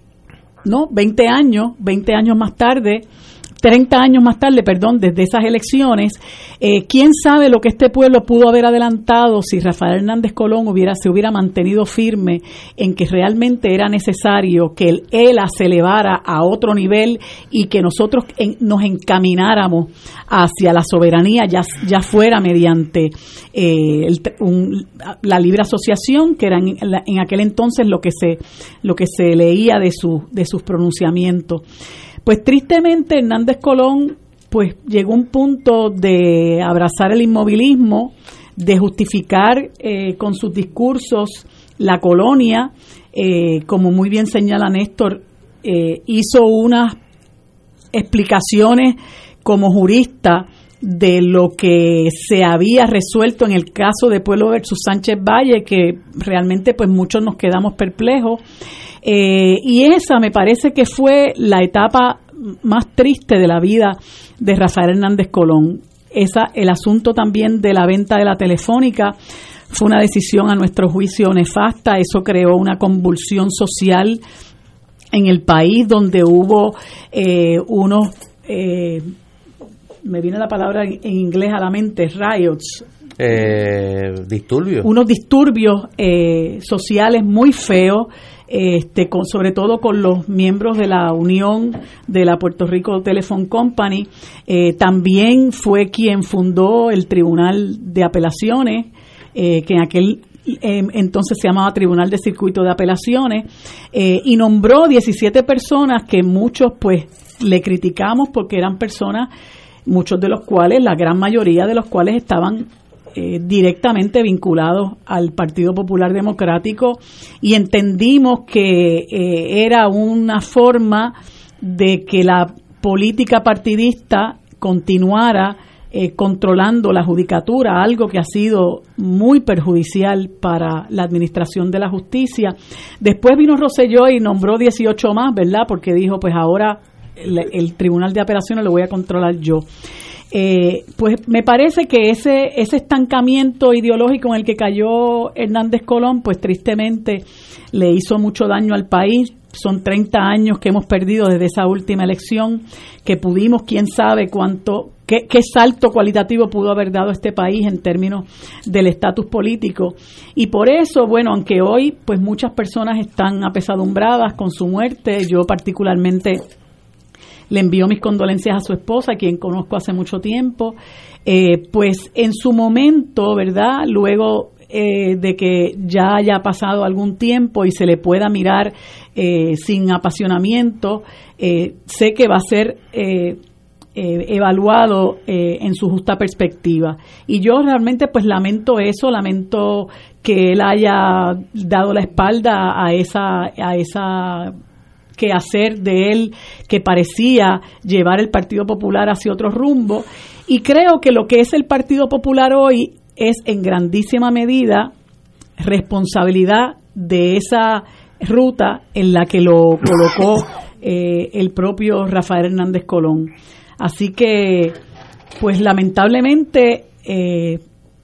No, veinte años, veinte años más tarde, treinta años más tarde, perdón, desde esas elecciones, eh, quién sabe lo que este pueblo pudo haber adelantado si Rafael Hernández Colón hubiera se hubiera mantenido firme en que realmente era necesario que el E L A se elevara a otro nivel y que nosotros en, nos encamináramos hacia la soberanía, ya, ya fuera mediante eh, el, un, la libre asociación, que era en, en aquel entonces lo que se lo que se leía de su de sus pronunciamientos. Pues tristemente Hernández Colón pues llegó a un punto de abrazar el inmovilismo, de justificar eh, con sus discursos la colonia, eh, como muy bien señala Néstor, eh, hizo unas explicaciones como jurista de lo que se había resuelto en el caso de Pueblo versus Sánchez Valle, que realmente pues muchos nos quedamos perplejos. Eh, y esa me parece que fue la etapa más triste de la vida de Rafael Hernández Colón. Esa, el asunto también de la venta de la Telefónica fue una decisión a nuestro juicio nefasta. Eso creó una convulsión social en el país, donde hubo eh, unos, eh, me viene la palabra en, en inglés a la mente, riots. Eh, disturbios. Unos disturbios eh, sociales muy feos. Este, con, sobre todo con los miembros de la Unión de la Puerto Rico Telephone Company. Eh, también fue quien fundó el Tribunal de Apelaciones, eh, que en aquel eh, entonces se llamaba Tribunal de Circuito de Apelaciones, eh, y nombró diecisiete personas que muchos pues le criticamos porque eran personas, muchos de los cuales, la gran mayoría de los cuales estaban Eh, directamente vinculados al Partido Popular Democrático, y entendimos que eh, era una forma de que la política partidista continuara eh, controlando la judicatura, algo que ha sido muy perjudicial para la administración de la justicia. Después vino Rosselló y nombró dieciocho más, ¿verdad? Porque dijo, pues ahora el, el Tribunal de Apelaciones lo voy a controlar yo. Eh, pues me parece que ese ese estancamiento ideológico en el que cayó Hernández Colón, pues tristemente le hizo mucho daño al país. Son treinta años que hemos perdido desde esa última elección, que pudimos, quién sabe cuánto, qué, qué salto cualitativo pudo haber dado este país en términos del estatus político. Y por eso, bueno, aunque hoy pues muchas personas están apesadumbradas con su muerte, yo particularmente le envío mis condolencias a su esposa, a quien conozco hace mucho tiempo, eh, pues en su momento, ¿verdad?, luego eh, de que ya haya pasado algún tiempo y se le pueda mirar eh, sin apasionamiento, eh, sé que va a ser eh, eh, evaluado eh, en su justa perspectiva. Y yo realmente pues lamento eso, lamento que él haya dado la espalda a esa a esa que hacer de él que parecía llevar el Partido Popular hacia otro rumbo, y creo que lo que es el Partido Popular hoy es en grandísima medida responsabilidad de esa ruta en la que lo colocó eh, el propio Rafael Hernández Colón. Así que pues lamentablemente eh,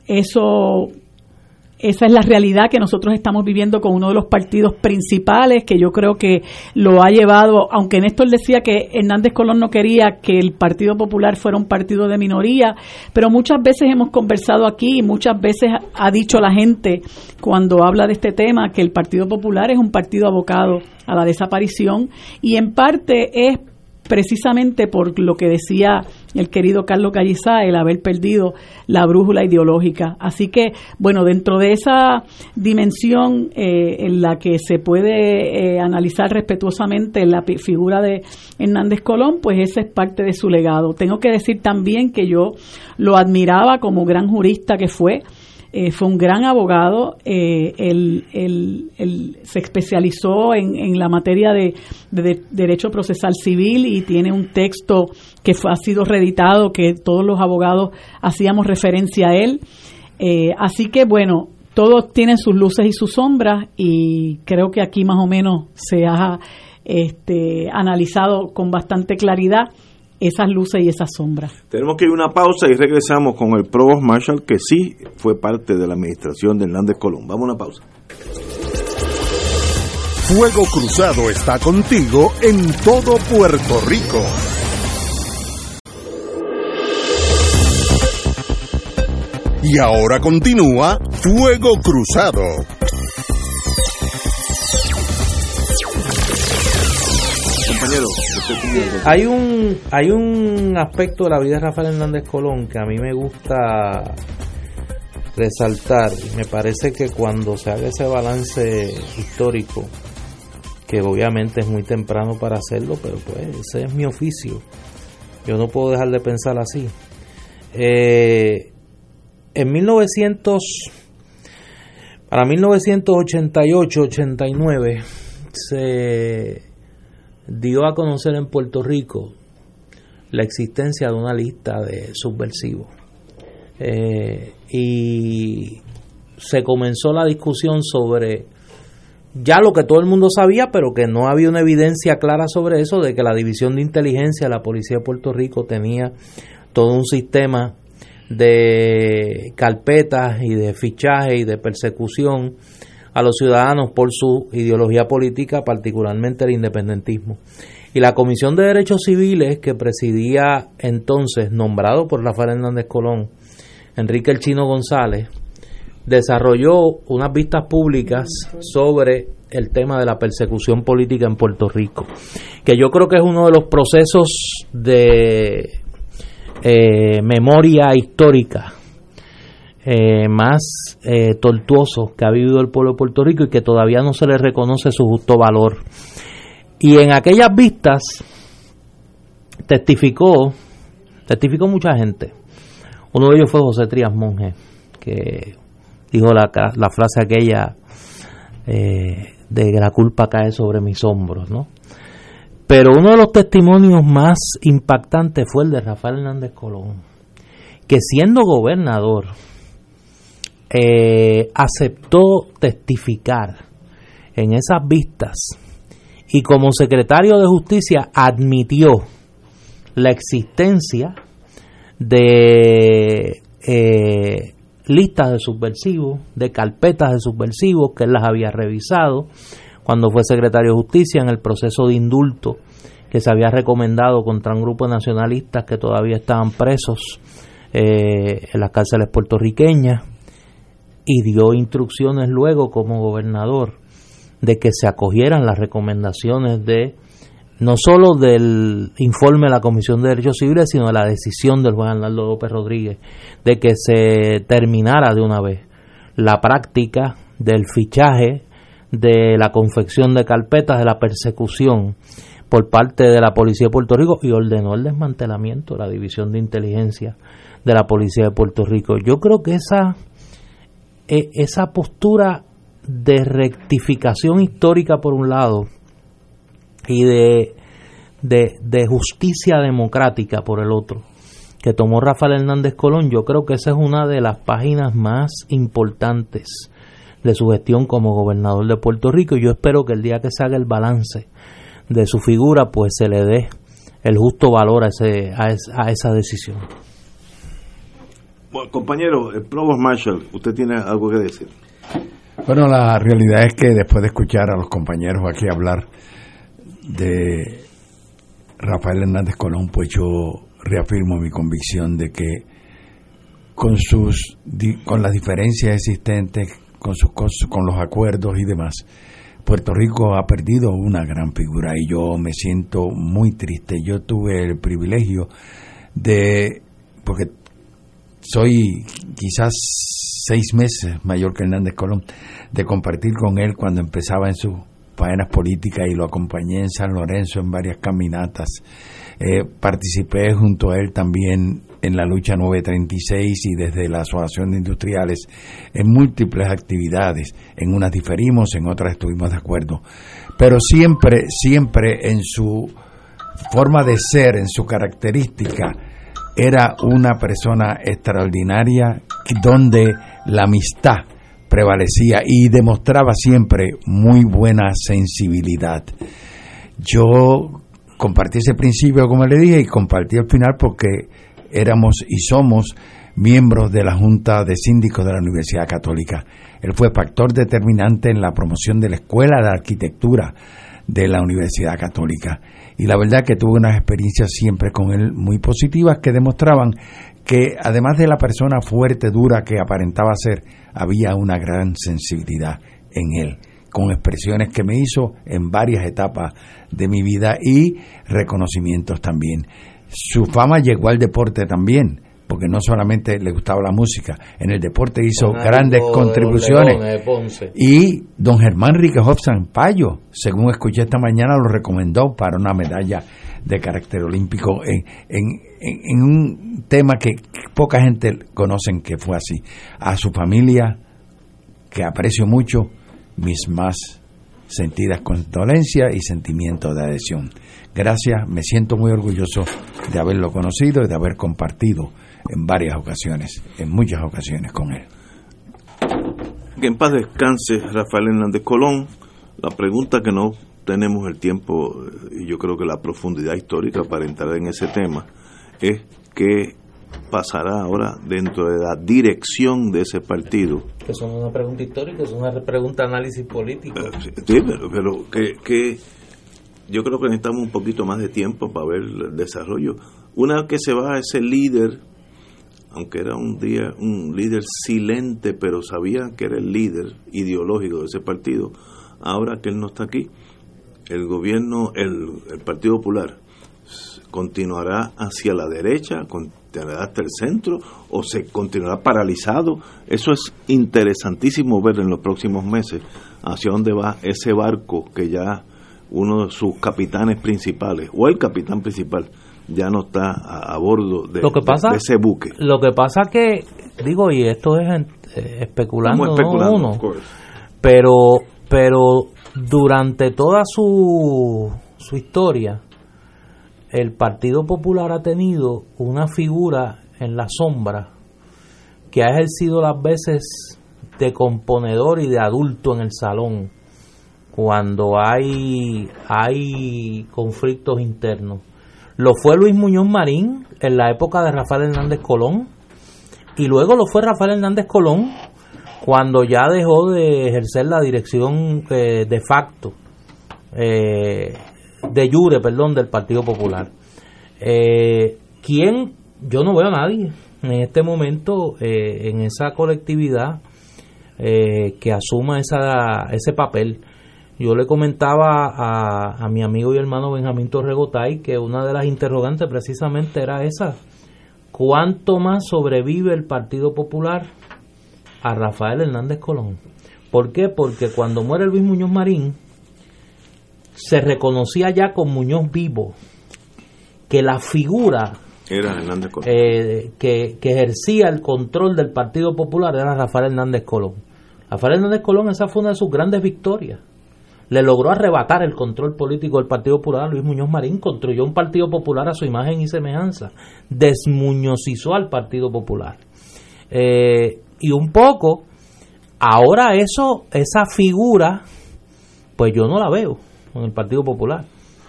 eso Esa es la realidad que nosotros estamos viviendo con uno de los partidos principales, que yo creo que lo ha llevado, aunque Néstor decía que Hernández Colón no quería que el Partido Popular fuera un partido de minoría, pero muchas veces hemos conversado aquí y muchas veces ha dicho la gente cuando habla de este tema que el Partido Popular es un partido abocado a la desaparición, y en parte es precisamente por lo que decía el querido Carlos Gallizá, el haber perdido la brújula ideológica. Así que, bueno, dentro de esa dimensión eh, en la que se puede eh, analizar respetuosamente la p- figura de Hernández Colón, pues ese es parte de su legado. Tengo que decir también que yo lo admiraba como gran jurista que fue. Eh, fue un gran abogado, eh, él, él, él se especializó en, en la materia de, de, de derecho procesal civil y tiene un texto que fue, ha sido reeditado, que todos los abogados hacíamos referencia a él. Eh, así que bueno, todos tienen sus luces y sus sombras, y creo que aquí más o menos se ha este, analizado con bastante claridad esas luces y esas sombras. Tenemos que ir a una pausa y regresamos con el Provost Marshall, que sí fue parte de la administración de Hernández Colón. Vamos a una pausa. Fuego Cruzado está contigo en todo Puerto Rico. Y ahora continúa Fuego Cruzado. Compañero, hay un hay un aspecto de la vida de Rafael Hernández Colón que a mí me gusta resaltar, y me parece que cuando se haga ese balance histórico, que obviamente es muy temprano para hacerlo, pero pues ese es mi oficio, yo no puedo dejar de pensar así. Eh, en mil novecientos para mil novecientos ochenta y ocho ochenta y nueve se dio a conocer en Puerto Rico la existencia de una lista de subversivos, eh, y se comenzó la discusión sobre ya lo que todo el mundo sabía, pero que no había una evidencia clara sobre eso, de que la División de Inteligencia de la Policía de Puerto Rico tenía todo un sistema de carpetas y de fichaje y de persecución a los ciudadanos por su ideología política, particularmente el independentismo. Y la Comisión de Derechos Civiles, que presidía entonces, nombrado por Rafael Hernández Colón, Enrique el Chino González, desarrolló unas vistas públicas sobre el tema de la persecución política en Puerto Rico, que yo creo que es uno de los procesos de eh, memoria histórica Eh, más eh, tortuoso que ha vivido el pueblo de Puerto Rico, y que todavía no se le reconoce su justo valor. Y en aquellas vistas testificó testificó mucha gente. Uno de ellos fue José Trías Monge, que dijo la, la frase aquella eh, de que la culpa cae sobre mis hombros, ¿no? Pero uno de los testimonios más impactantes fue el de Rafael Hernández Colón, que siendo gobernador eh, aceptó testificar en esas vistas y como secretario de Justicia admitió la existencia de eh, listas de subversivos, de carpetas de subversivos, que él las había revisado cuando fue secretario de Justicia en el proceso de indulto que se había recomendado contra un grupo de nacionalistas que todavía estaban presos eh, en las cárceles puertorriqueñas, y dio instrucciones luego como gobernador de que se acogieran las recomendaciones de no solo del informe de la Comisión de Derechos Civiles, sino de la decisión del juez Arnaldo López Rodríguez de que se terminara de una vez la práctica del fichaje, de la confección de carpetas, de la persecución por parte de la Policía de Puerto Rico, y ordenó el desmantelamiento de la División de Inteligencia de la Policía de Puerto Rico. Yo creo que esa, esa postura de rectificación histórica por un lado y de, de, de justicia democrática por el otro, que tomó Rafael Hernández Colón, yo creo que esa es una de las páginas más importantes de su gestión como gobernador de Puerto Rico, y yo espero que el día que se haga el balance de su figura, pues se le dé el justo valor a, ese, a, es, a esa decisión. Bueno, compañero, el Provost Marshall, ¿usted tiene algo que decir? Bueno, la realidad es que después de escuchar a los compañeros aquí hablar de Rafael Hernández Colón, pues yo reafirmo mi convicción de que con sus con las diferencias existentes, con sus con los acuerdos y demás, Puerto Rico ha perdido una gran figura, y yo me siento muy triste. Yo tuve el privilegio de, porque soy quizás seis meses mayor que Hernández Colón, de compartir con él cuando empezaba en sus faenas políticas, y lo acompañé en San Lorenzo en varias caminatas. Eh, participé junto a él también en la lucha nueve treinta y seis y desde la Asociación de Industriales en múltiples actividades. En unas diferimos, en otras estuvimos de acuerdo. Pero siempre, siempre en su forma de ser, en su característica, era una persona extraordinaria donde la amistad prevalecía y demostraba siempre muy buena sensibilidad. Yo compartí ese principio, como le dije, y compartí al final porque éramos y somos miembros de la Junta de Síndicos de la Universidad Católica. Él fue factor determinante en la promoción de la Escuela de Arquitectura de la Universidad Católica, y la verdad que tuve unas experiencias siempre con él muy positivas que demostraban que además de la persona fuerte, dura que aparentaba ser, había una gran sensibilidad en él, con expresiones que me hizo en varias etapas de mi vida y reconocimientos también. Su fama llegó al deporte también, porque no solamente le gustaba la música, en el deporte hizo grandes contribuciones. Y don Germán Ríquez Sampaio, según escuché esta mañana, lo recomendó para una medalla de carácter olímpico en, en, en, en un tema que poca gente conocen que fue así. A su familia, que aprecio mucho, mis más sentidas condolencias y sentimientos de adhesión. Gracias, me siento muy orgulloso de haberlo conocido y de haber compartido en varias ocasiones, en muchas ocasiones con él. Que en paz descanse Rafael Hernández Colón. La pregunta que no tenemos el tiempo y yo creo que la profundidad histórica para entrar en ese tema es qué pasará ahora dentro de la dirección de ese partido. Que son una pregunta histórica, es una pregunta de análisis político. Sí, pero, pero que, que yo creo que necesitamos un poquito más de tiempo para ver el desarrollo. Una vez que se va ese líder, aunque era un día un líder silente, pero sabía que era el líder ideológico de ese partido, ahora que él no está aquí, el gobierno, el, el Partido Popular, continuará hacia la derecha, continuará hasta el centro, o se continuará paralizado. Eso es interesantísimo ver en los próximos meses hacia dónde va ese barco que ya uno de sus capitanes principales, o el capitán principal, ya no está a, a bordo de, lo que pasa, de, de ese buque. Lo que pasa que, digo, y esto es eh, especulando, especulando, ¿no? Uno, pero, pero durante toda su, su historia, el Partido Popular ha tenido una figura en la sombra, que ha ejercido las veces de componedor y de adulto en el salón cuando hay, hay conflictos internos. Lo fue Luis Muñoz Marín en la época de Rafael Hernández Colón, y luego lo fue Rafael Hernández Colón cuando ya dejó de ejercer la dirección eh, de facto, eh, de jure, perdón, del Partido Popular. Eh, ¿Quién? Yo no veo a nadie en este momento eh, en esa colectividad eh, que asuma esa, ese papel. Yo le comentaba a, a mi amigo y hermano Benjamín Torregotay que una de las interrogantes precisamente era esa: ¿cuánto más sobrevive el Partido Popular a Rafael Hernández Colón? ¿Por qué? Porque cuando muere Luis Muñoz Marín se reconocía ya con Muñoz vivo que la figura era Hernández Colón. Eh, que, que ejercía el control del Partido Popular era Rafael Hernández Colón. Rafael Hernández Colón, esa fue una de sus grandes victorias. Le logró arrebatar el control político del Partido Popular a Luis Muñoz Marín, construyó un Partido Popular a su imagen y semejanza, desmuñozizó al Partido Popular. Eh, y un poco, ahora eso, esa figura, pues yo no la veo en el Partido Popular.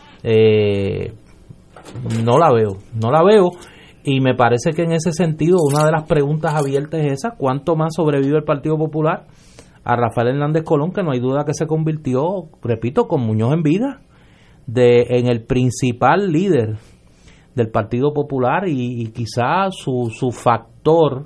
Eh, no la veo, no la veo, y me parece que en ese sentido una de las preguntas abiertas es esa: ¿cuánto más sobrevive el Partido Popular a Rafael Hernández Colón, que no hay duda que se convirtió, repito, con Muñoz en vida, de en el principal líder del Partido Popular y, y quizá su, su factor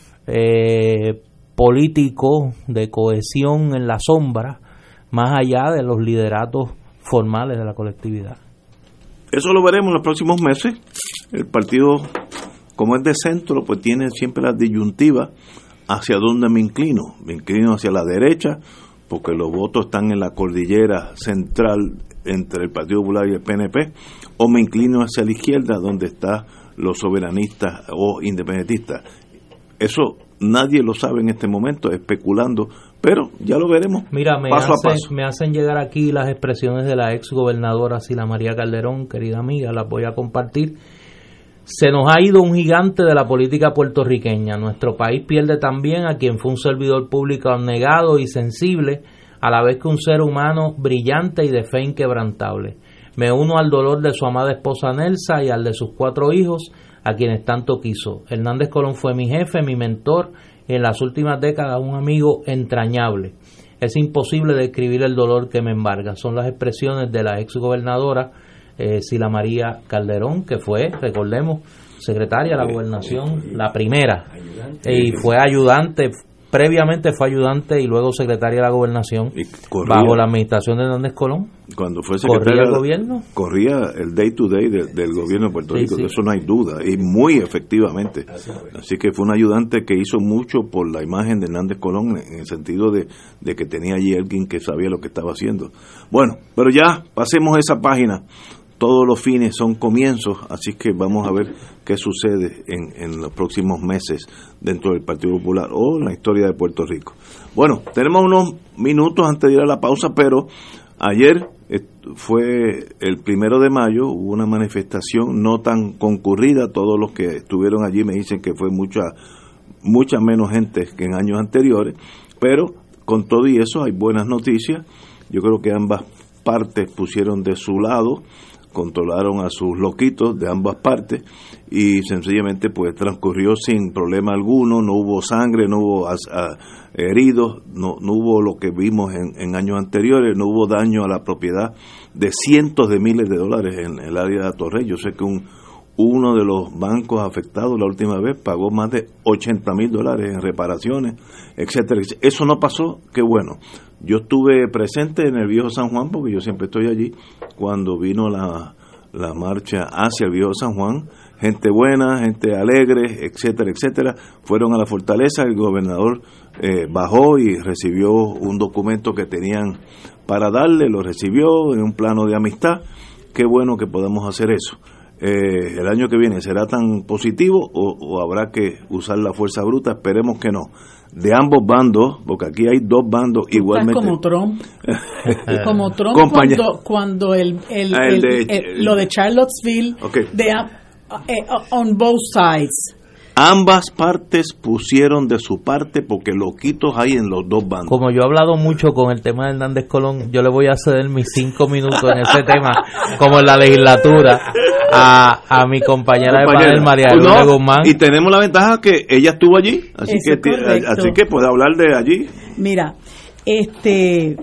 eh, político de cohesión en la sombra, más allá de los lideratos formales de la colectividad? Eso lo veremos en los próximos meses. El partido, como es de centro, pues tiene siempre las disyuntivas: hacia dónde me inclino. Me inclino hacia la derecha, porque los votos están en la cordillera central entre el Partido Popular y el P N P, o me inclino hacia la izquierda, donde están los soberanistas o independentistas. Eso nadie lo sabe en este momento, especulando, pero ya lo veremos. Mira, me, paso hace, a paso. me hacen llegar aquí las expresiones de la ex gobernadora Sila María Calderón, querida amiga, las voy a compartir. Se nos ha ido un gigante de la política puertorriqueña. Nuestro país pierde también a quien fue un servidor público abnegado y sensible, a la vez que un ser humano brillante y de fe inquebrantable. Me uno al dolor de su amada esposa Nelsa y al de sus cuatro hijos, a quienes tanto quiso. Hernández Colón fue mi jefe, mi mentor, y en las últimas décadas un amigo entrañable. Es imposible describir el dolor que me embarga. Son las expresiones de la ex gobernadora eh, Sila María Calderón, que fue, recordemos, secretaria de la gobernación, la primera, y fue ayudante, previamente fue ayudante y luego secretaria de la gobernación corría, bajo la administración de Hernández Colón. Cuando fue secretaria del gobierno, corría el day to day de, del gobierno de Puerto Rico, sí, sí. De eso no hay duda, y muy efectivamente. Así que fue un ayudante que hizo mucho por la imagen de Hernández Colón, en el sentido de, de que tenía allí alguien que sabía lo que estaba haciendo. Bueno, pero ya pasemos esa página. Todos los fines son comienzos, así que vamos a ver qué sucede en, en los próximos meses dentro del Partido Popular o en la historia de Puerto Rico. Bueno, tenemos unos minutos antes de ir a la pausa, pero ayer fue el primero de mayo, hubo una manifestación no tan concurrida. Todos los que estuvieron allí me dicen que fue mucha, mucha menos gente que en años anteriores, pero con todo y eso hay buenas noticias. Yo creo que ambas partes pusieron de su lado, controlaron a sus loquitos de ambas partes y sencillamente pues transcurrió sin problema alguno. No hubo sangre, no hubo as, a, heridos, no, no hubo lo que vimos en, en años anteriores, no hubo daño a la propiedad de cientos de miles de dólares en el área de Atorrey. Yo sé que un, uno de los bancos afectados la última vez pagó más de ochenta mil dólares en reparaciones, etcétera. Eso no pasó, qué bueno. Yo estuve presente en el Viejo San Juan, porque yo siempre estoy allí, cuando vino la, la marcha hacia el Viejo San Juan. Gente buena, gente alegre, etcétera, etcétera. Fueron a la fortaleza, el gobernador eh, bajó y recibió un documento que tenían para darle, lo recibió en un plano de amistad. Qué bueno que podamos hacer eso. Eh, el año que viene será tan positivo o, o habrá que usar la fuerza bruta. Esperemos que no, de ambos bandos, porque aquí hay dos bandos igualmente. Como Trump, como Trump cuando, cuando el, el, ah, el, el, de, el, el lo de Charlottesville, okay. de uh, uh, on both sides. Ambas partes pusieron de su parte porque loquitos hay en los dos bandos. Como yo he hablado mucho con el tema de Hernández Colón, yo le voy a ceder mis cinco minutos en ese tema, como en la legislatura, a, a mi compañera, compañera de panel, María Elena no, Guzmán. Y tenemos la ventaja que ella estuvo allí, así Eso que así que puede hablar de allí. Mira, este,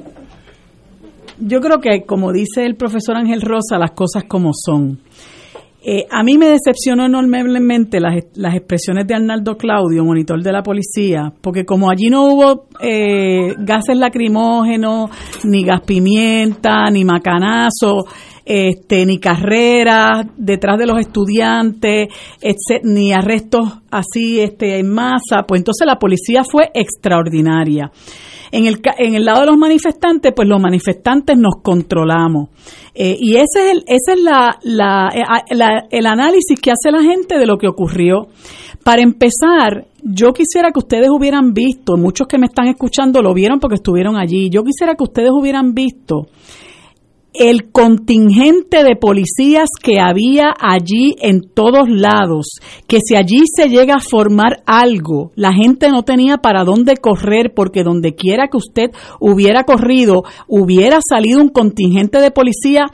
yo creo que como dice el profesor Ángel Rosa, las cosas como son. Eh, a mí me decepcionó enormemente las, las expresiones de Arnaldo Claudio, monitor de la policía, porque como allí no hubo eh, gases lacrimógenos, ni gas pimienta, ni macanazo, este, ni carreras detrás de los estudiantes, etcétera, ni arrestos así este, en masa, pues entonces la policía fue extraordinaria. En el, en el lado de los manifestantes, pues los manifestantes nos controlamos. Eh, y ese es, el, ese es la, la, la, el análisis que hace la gente de lo que ocurrió. Para empezar, yo quisiera que ustedes hubieran visto, muchos que me están escuchando lo vieron porque estuvieron allí, yo quisiera que ustedes hubieran visto el contingente de policías que había allí en todos lados, que si allí se llega a formar algo, la gente no tenía para dónde correr, porque donde quiera que usted hubiera corrido, hubiera salido un contingente de policía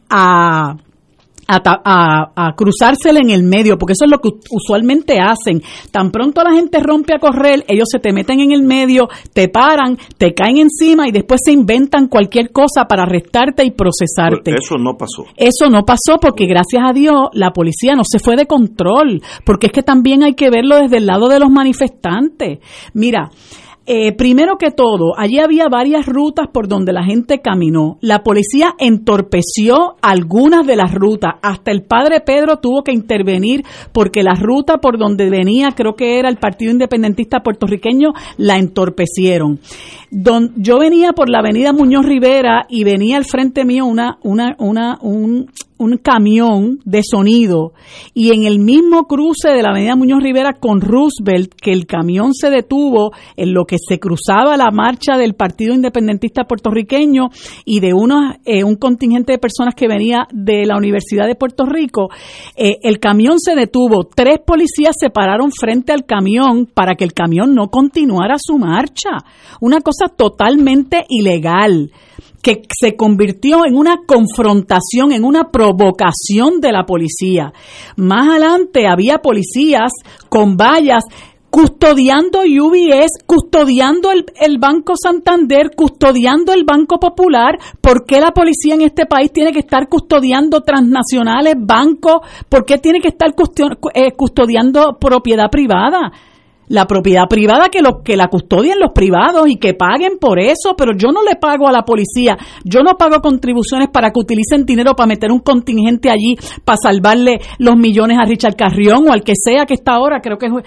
a... A, a, a cruzársela en el medio, porque eso es lo que usualmente hacen. Tan pronto la gente rompe a correr, ellos se te meten en el medio, te paran, te caen encima y después se inventan cualquier cosa para arrestarte y procesarte. Pues eso no pasó. Eso no pasó porque gracias a Dios la policía no se fue de control, porque es que también hay que verlo desde el lado de los manifestantes. Mira, Eh, primero que todo, allí había varias rutas por donde la gente caminó. La policía entorpeció algunas de las rutas. Hasta el padre Pedro tuvo que intervenir porque la ruta por donde venía, creo que era el Partido Independentista Puertorriqueño, la entorpecieron. Don, yo venía por la avenida Muñoz Rivera y venía al frente mío una, una, una, un... un camión de sonido, y en el mismo cruce de la avenida Muñoz Rivera con Roosevelt, que el camión se detuvo en lo que se cruzaba la marcha del Partido Independentista Puertorriqueño y de unos, eh, un contingente de personas que venía de la Universidad de Puerto Rico. Eh, el camión se detuvo, tres policías se pararon frente al camión para que el camión no continuara su marcha. Una cosa totalmente ilegal, que se convirtió en una confrontación, en una provocación de la policía. Más adelante había policías con vallas custodiando U B S, custodiando el, el Banco Santander, custodiando el Banco Popular. ¿Por qué la policía en este país tiene que estar custodiando transnacionales, bancos? ¿Por qué tiene que estar custodiando propiedad privada? La propiedad privada que lo que la custodien los privados y que paguen por eso, pero yo no le pago a la policía, yo no pago contribuciones para que utilicen dinero para meter un contingente allí para salvarle los millones a Richard Carrión o al que sea que está ahora, creo que es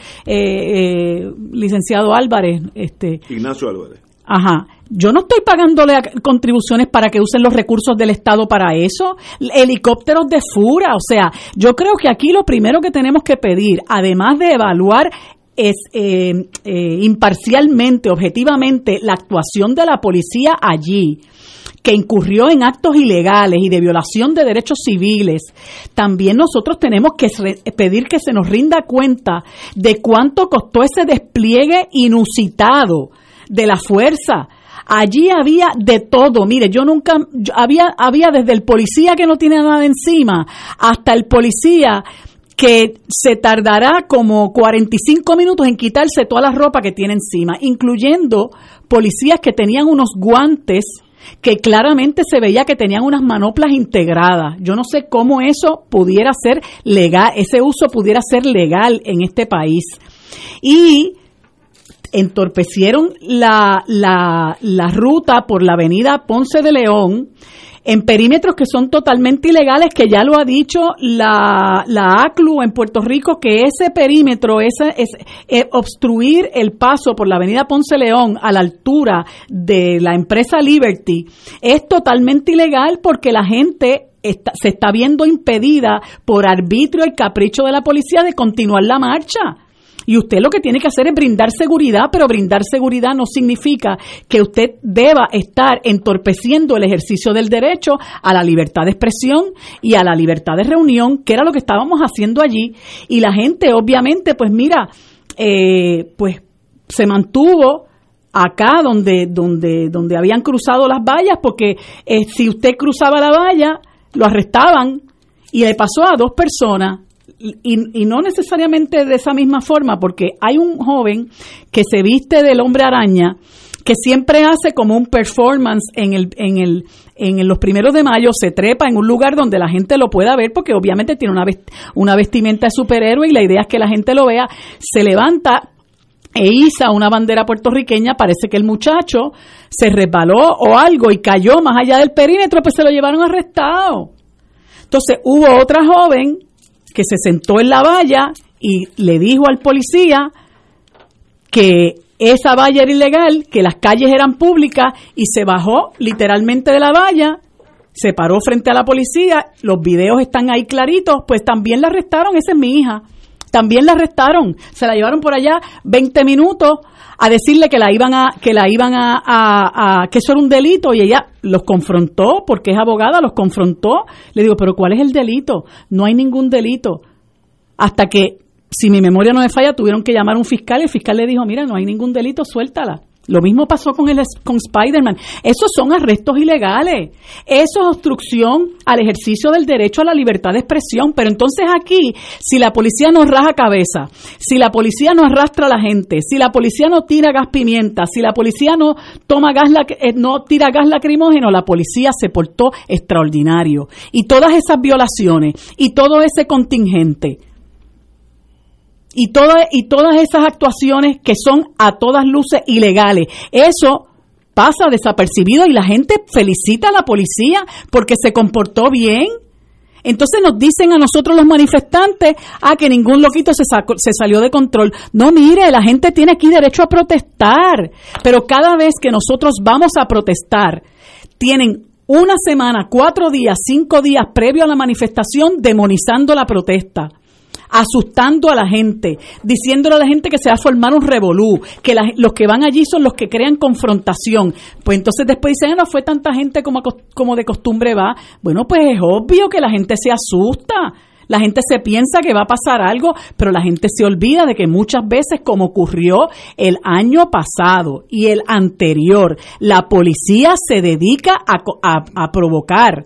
eh, eh, licenciado Álvarez, este Ignacio Álvarez. Ajá. Yo no estoy pagándole contribuciones para que usen los recursos del Estado para eso. Helicópteros de fura, o sea, yo creo que aquí lo primero que tenemos que pedir, además de evaluar es eh, eh, imparcialmente, objetivamente, la actuación de la policía allí, que incurrió en actos ilegales y de violación de derechos civiles. También nosotros tenemos que pedir que se nos rinda cuenta de cuánto costó ese despliegue inusitado de la fuerza. Allí había de todo. Mire, yo nunca, yo, había, había desde el policía que no tiene nada encima hasta el policía que se tardará como cuarenta y cinco minutos en quitarse toda la ropa que tiene encima, incluyendo policías que tenían unos guantes que claramente se veía que tenían unas manoplas integradas. Yo no sé cómo eso pudiera ser legal, ese uso pudiera ser legal en este país. Y entorpecieron la, la, la ruta por la avenida Ponce de León, en perímetros que son totalmente ilegales, que ya lo ha dicho la, la A C L U en Puerto Rico, que ese perímetro, ese, es, es obstruir el paso por la avenida Ponce León a la altura de la empresa Liberty, es totalmente ilegal porque la gente está, se está viendo impedida por arbitrio y capricho de la policía de continuar la marcha. Y usted lo que tiene que hacer es brindar seguridad, pero brindar seguridad no significa que usted deba estar entorpeciendo el ejercicio del derecho a la libertad de expresión y a la libertad de reunión, que era lo que estábamos haciendo allí. Y la gente, obviamente, pues mira, eh, pues se mantuvo acá donde, donde, donde habían cruzado las vallas, porque eh, si usted cruzaba la valla, lo arrestaban, y le pasó a dos personas. Y, y no necesariamente de esa misma forma, porque hay un joven que se viste del hombre araña, que siempre hace como un performance en el en el en los primeros de mayo, se trepa en un lugar donde la gente lo pueda ver, porque obviamente tiene una vest- una vestimenta de superhéroe y la idea es que la gente lo vea. Se levanta e iza una bandera puertorriqueña, parece que el muchacho se resbaló o algo y cayó más allá del perímetro, pues se lo llevaron arrestado. Entonces hubo otra joven que se sentó en la valla y le dijo al policía que esa valla era ilegal, que las calles eran públicas, y se bajó literalmente de la valla, se paró frente a la policía, los videos están ahí claritos, pues también la arrestaron. Esa es mi hija, también la arrestaron, se la llevaron por allá veinte minutos a decirle que la iban a, que la iban a, a, a, que eso era un delito, y ella los confrontó, porque es abogada, los confrontó. Le digo, pero ¿cuál es el delito? No hay ningún delito. Hasta que, si mi memoria no me falla, tuvieron que llamar a un fiscal, y el fiscal le dijo, mira, no hay ningún delito, suéltala. Lo mismo pasó con el con Spider-Man. Esos son arrestos ilegales. Eso es obstrucción al ejercicio del derecho a la libertad de expresión. Pero entonces aquí, si la policía no raja cabeza, si la policía no arrastra a la gente, si la policía no tira gas pimienta, si la policía no toma gas, no tira gas lacrimógeno, la policía se portó extraordinario. Y todas esas violaciones y todo ese contingente y todas y todas esas actuaciones que son a todas luces ilegales, eso pasa desapercibido y la gente felicita a la policía porque se comportó bien. Entonces nos dicen a nosotros los manifestantes, ah, que ningún loquito se sacó, se salió de control. No, mire, la gente tiene aquí derecho a protestar, pero cada vez que nosotros vamos a protestar, tienen una semana, cuatro días, cinco días previo a la manifestación demonizando la protesta, asustando a la gente, diciéndole a la gente que se va a formar un revolú, que la, los que van allí son los que crean confrontación. Pues entonces después dicen, no fue tanta gente como, como de costumbre va. Bueno, pues es obvio que la gente se asusta, la gente se piensa que va a pasar algo, pero la gente se olvida de que muchas veces, como ocurrió el año pasado y el anterior, la policía se dedica a, a, a provocar.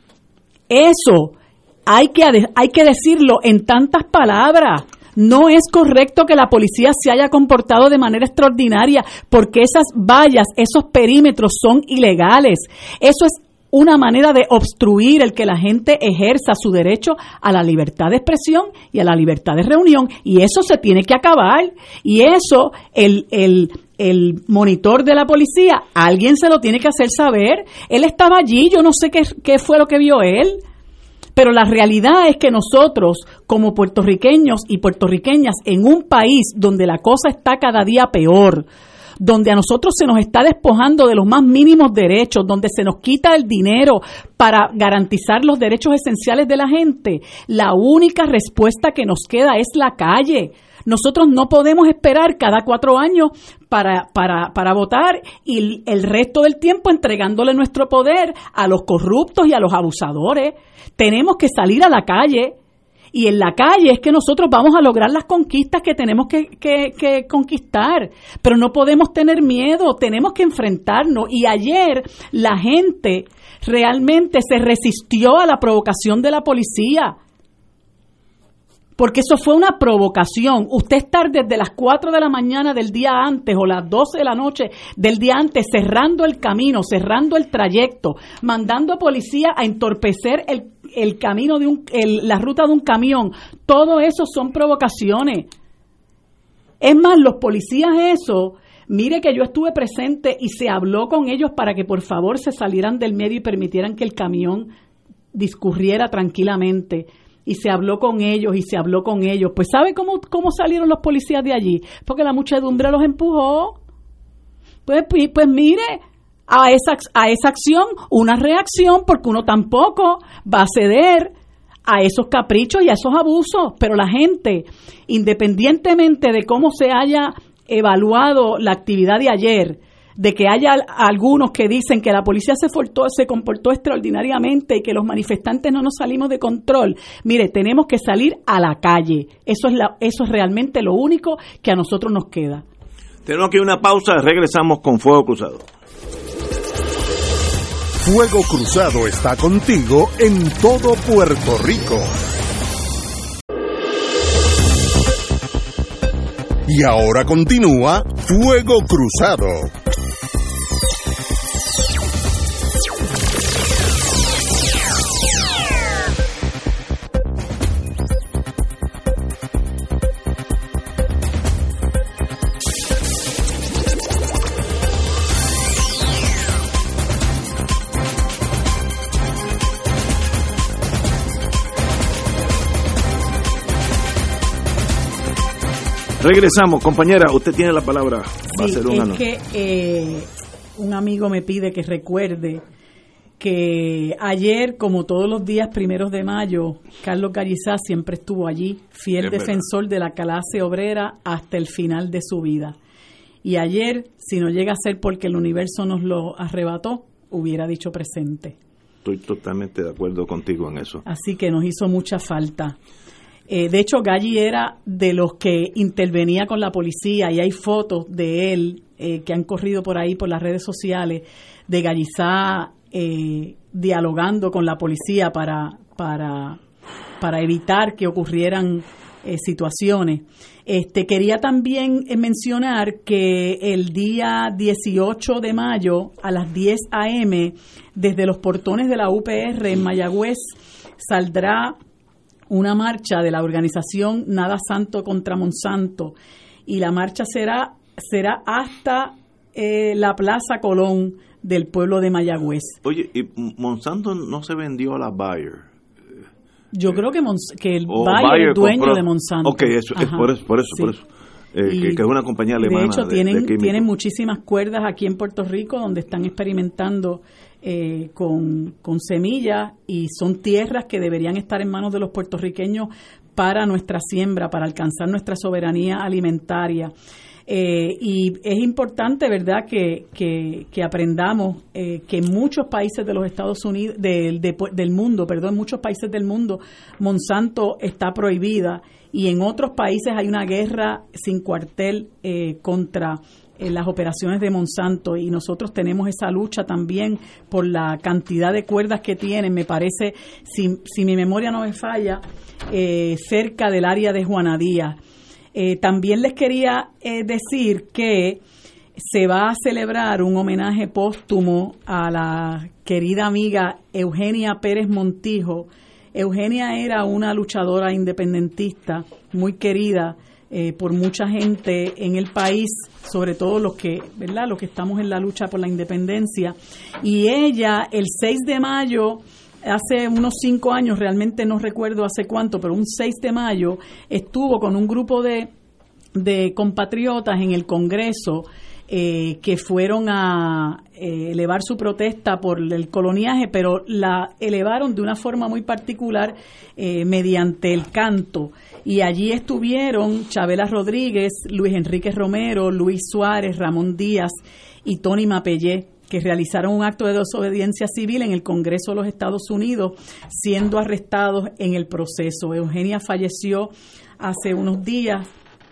Eso Hay que, hay que decirlo en tantas palabras. No es correcto que la policía se haya comportado de manera extraordinaria, porque esas vallas, esos perímetros son ilegales. Eso es una manera de obstruir el que la gente ejerza su derecho a la libertad de expresión y a la libertad de reunión, y eso se tiene que acabar. Y eso, el, el, el monitor de la policía, alguien se lo tiene que hacer saber. Él estaba allí, yo no sé qué, qué fue lo que vio él. Pero la realidad es que nosotros, como puertorriqueños y puertorriqueñas, en un país donde la cosa está cada día peor, donde a nosotros se nos está despojando de los más mínimos derechos, donde se nos quita el dinero para garantizar los derechos esenciales de la gente, la única respuesta que nos queda es la calle. Nosotros no podemos esperar cada cuatro años para, para, para votar y el resto del tiempo entregándole nuestro poder a los corruptos y a los abusadores. Tenemos que salir a la calle, y en la calle es que nosotros vamos a lograr las conquistas que tenemos que, que, que conquistar. Pero no podemos tener miedo, tenemos que enfrentarnos. Y ayer la gente realmente se resistió a la provocación de la policía, porque eso fue una provocación. Usted estar desde las cuatro de la mañana del día antes o las doce de la noche del día antes cerrando el camino, cerrando el trayecto, mandando a policía a entorpecer el, el camino de un, el, la ruta de un camión, todo eso son provocaciones. Es más, los policías eso, mire que yo estuve presente y se habló con ellos para que por favor se salieran del medio y permitieran que el camión discurriera tranquilamente. Y se habló con ellos y se habló con ellos. Pues ¿sabe cómo, cómo salieron los policías de allí? Porque la muchedumbre los empujó. Pues, pues mire, a esa, a esa acción, una reacción, porque uno tampoco va a ceder a esos caprichos y a esos abusos, pero la gente, independientemente de cómo se haya evaluado la actividad de ayer, de que haya algunos que dicen que la policía se comportó, se comportó extraordinariamente y que los manifestantes no nos salimos de control, mire, tenemos que salir a la calle, eso es, la, eso es realmente lo único que a nosotros nos queda. Tenemos aquí una pausa, regresamos con Fuego Cruzado. Fuego Cruzado está contigo en todo Puerto Rico. Y ahora continúa Fuego Cruzado. Regresamos, compañera, usted tiene la palabra. Va sí, a ser una es no. que eh, un amigo me pide que recuerde que ayer, como todos los días primeros de mayo, Carlos Gallizá siempre estuvo allí, fiel es defensor verdad. de la clase obrera hasta el final de su vida. Y ayer, si no llega a ser porque el universo nos lo arrebató, hubiera dicho presente. Estoy totalmente de acuerdo contigo en eso. Así que nos hizo mucha falta. Eh, de hecho, Galli era de los que intervenía con la policía y hay fotos de él eh, que han corrido por ahí por las redes sociales de Gallizá eh, dialogando con la policía para, para, para evitar que ocurrieran eh, situaciones. Este, quería también eh, mencionar que el día dieciocho de mayo a las diez a eme desde los portones de la U P R en Mayagüez saldrá una marcha de la organización Nada Santo contra Monsanto y la marcha será será hasta eh, la Plaza Colón del pueblo de Mayagüez. Oye, ¿y Monsanto no se vendió a la Bayer? Yo eh, creo que, Mons- que el Bayer, Bayer es dueño compró, de Monsanto. Ok, eso, es por eso, por eso, sí. por eso. Eh, que, que es una compañía alemana. De hecho, de, tienen, de tienen muchísimas cuerdas aquí en Puerto Rico donde están experimentando eh, con, con semillas y son tierras que deberían estar en manos de los puertorriqueños para nuestra siembra, para alcanzar nuestra soberanía alimentaria. Eh, y es importante, ¿verdad?, que, que, que aprendamos eh, que en muchos países de los Estados Unidos, del, de, del mundo, perdón, en muchos países del mundo, Monsanto está prohibida y en otros países hay una guerra sin cuartel eh, contra eh, las operaciones de Monsanto y nosotros tenemos esa lucha también por la cantidad de cuerdas que tienen, me parece, si, si mi memoria no me falla, eh, cerca del área de Juana Díaz. Eh, también les quería eh, decir que se va a celebrar un homenaje póstumo a la querida amiga Eugenia Pérez Montijo. Eugenia era una luchadora independentista muy querida eh, por mucha gente en el país, sobre todo los que, ¿verdad?, los que estamos en la lucha por la independencia. Y ella, el seis de mayo, hace unos cinco años, realmente no recuerdo hace cuánto, pero un seis de mayo, estuvo con un grupo de, de compatriotas en el Congreso eh, que fueron a eh, elevar su protesta por el coloniaje, pero la elevaron de una forma muy particular eh, mediante el canto. Y allí estuvieron Chabela Rodríguez, Luis Enrique Romero, Luis Suárez, Ramón Díaz y Tony Mapellé, que realizaron un acto de desobediencia civil en el Congreso de los Estados Unidos, siendo arrestados en el proceso. Eugenia falleció hace unos días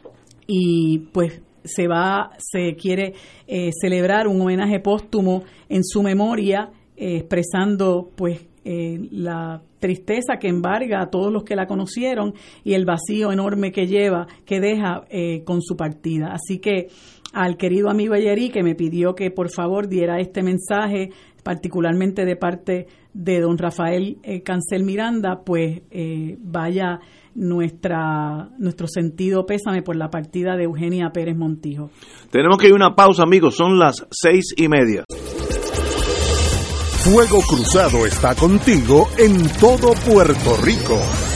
y pues se va, se quiere eh, celebrar un homenaje póstumo en su memoria, eh, expresando pues eh, la tristeza que embarga a todos los que la conocieron y el vacío enorme que lleva, que deja eh, con su partida. Así que al querido amigo Ayeri, que me pidió que por favor diera este mensaje, particularmente de parte de don Rafael eh, Cancel Miranda, pues eh, vaya nuestra nuestro sentido pésame por la partida de Eugenia Pérez Montijo. Tenemos que ir a una pausa, amigos, son las seis y media. Fuego Cruzado está contigo en todo Puerto Rico.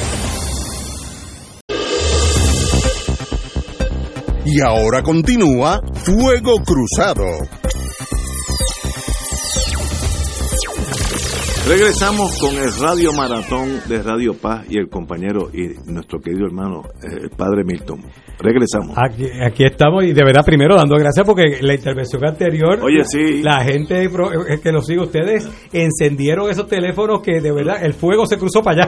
Y ahora continúa Fuego Cruzado. Regresamos con el Radio Maratón de Radio Paz y el compañero y nuestro querido hermano, el padre Milton. Regresamos. Aquí, aquí estamos y de verdad primero dando gracias porque la intervención anterior, oye sí, la gente que lo sigue, ustedes encendieron esos teléfonos que de verdad el fuego se cruzó para allá.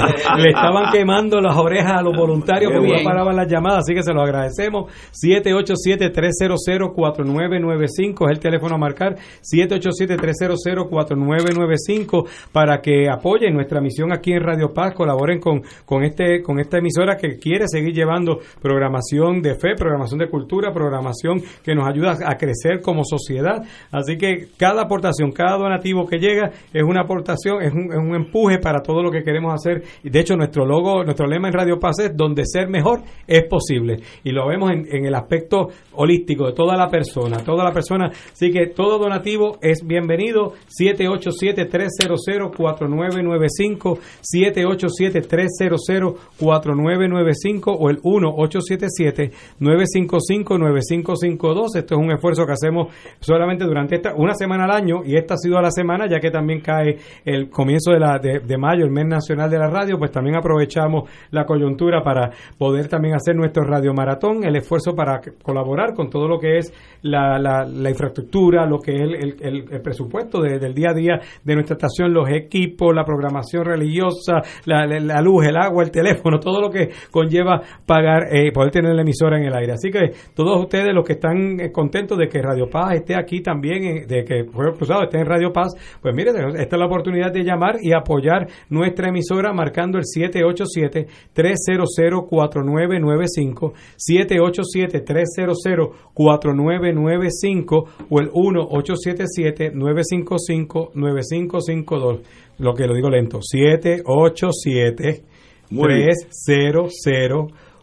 Le estaban quemando las orejas a los voluntarios porque no paraban las llamadas, así que se lo agradecemos. siete ocho siete, tres cero cero, cuatro nueve nueve cinco es el teléfono a marcar, siete ocho siete, tres cero cero, cuatro nueve nueve cinco, para que apoyen nuestra misión aquí en Radio Paz, colaboren con, con este con esta emisora que quiere seguir llevando programación de fe, programación de cultura, programación que nos ayuda a crecer como sociedad. Así que cada aportación, cada donativo que llega es una aportación, es un, es un empuje para todo lo que queremos hacer. Y de hecho nuestro logo, nuestro lema en Radio Paz es donde ser mejor es posible. Y lo vemos en, en el aspecto holístico de toda la persona, toda la persona. Así que todo donativo es bienvenido. siete ocho siete, tres cero cero, cuatro nueve nueve cinco, siete ocho siete, tres cero cero, cuatro nueve nueve cinco o el uno ocho siete siete, nueve cinco cinco, nueve cinco cinco dos. Esto es un esfuerzo que hacemos solamente durante esta una semana al año, y esta ha sido a la semana, ya que también cae el comienzo de, la, de, de mayo, el mes nacional de la radio. Pues también aprovechamos la coyuntura para poder también hacer nuestro radio maratón, el esfuerzo para colaborar con todo lo que es la, la, la infraestructura, lo que es el, el, el, el presupuesto de, del día a día de nuestra estación, los equipos, la programación religiosa, la, la, la luz, el agua, el teléfono, todo lo que conlleva pagar, eh, poder tener la emisora en el aire. Así que todos ustedes los que están eh, contentos de que Radio Paz esté aquí también, eh, de que Fuego Cruzado esté en Radio Paz, pues miren, esta es la oportunidad de llamar y apoyar nuestra emisora marcando el siete ocho siete, tres cero cero, cuatro nueve nueve cinco, siete ocho siete, tres cero cero, cuatro nueve nueve cinco o el uno ocho siete siete, nueve cinco cinco, nueve cinco cinco dos. Lo que lo digo lento, siete ocho siete, tres cero cero,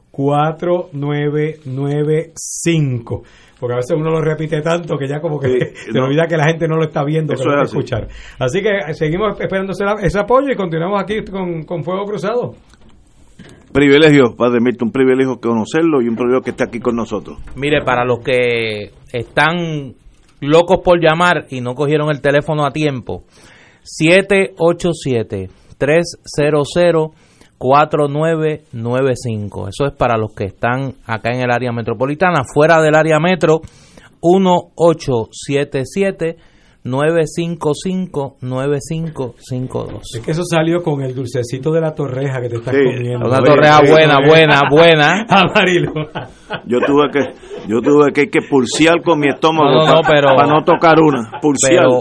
cuatro nueve nueve cinco, porque a veces uno lo repite tanto que ya como que sí, se no, olvida que la gente no lo está viendo, que lo va a escuchar. Así que seguimos esperando ese, ese apoyo y continuamos aquí con, con Fuego Cruzado. Privilegio, Padre Milton, un privilegio conocerlo y un privilegio que esté aquí con nosotros. Mire, para los que están locos por llamar y no cogieron el teléfono a tiempo, siete ocho siete, tres cero cero, cuatro nueve nueve cinco. Eso es para los que están acá en el área metropolitana. Fuera del área metro, uno ocho siete siete, nueve cinco cinco, nueve cinco cinco dos. Es que eso salió con el dulcecito de la torreja que te estás sí, comiendo. Una torreja oye, buena, oye. buena, buena. Amarillo. Yo tuve que yo tuve que, que pulsear con mi estómago no, no, no, para, pero, para no tocar una. Pulsear. Pero,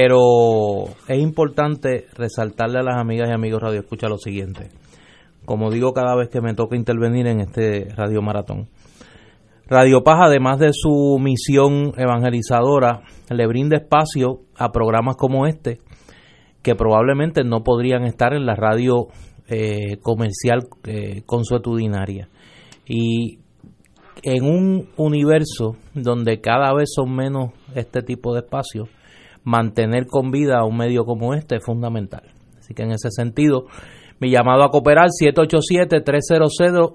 pero es importante resaltarle a las amigas y amigos Radio Escucha lo siguiente. Como digo cada vez que me toca intervenir en este Radio Maratón, Radio Paz, además de su misión evangelizadora, le brinda espacio a programas como este, que probablemente no podrían estar en la radio eh, comercial eh, consuetudinaria. Y en un universo donde cada vez son menos este tipo de espacios, mantener con vida a un medio como este es fundamental. Así que en ese sentido, mi llamado a cooperar, siete ocho siete, tres cero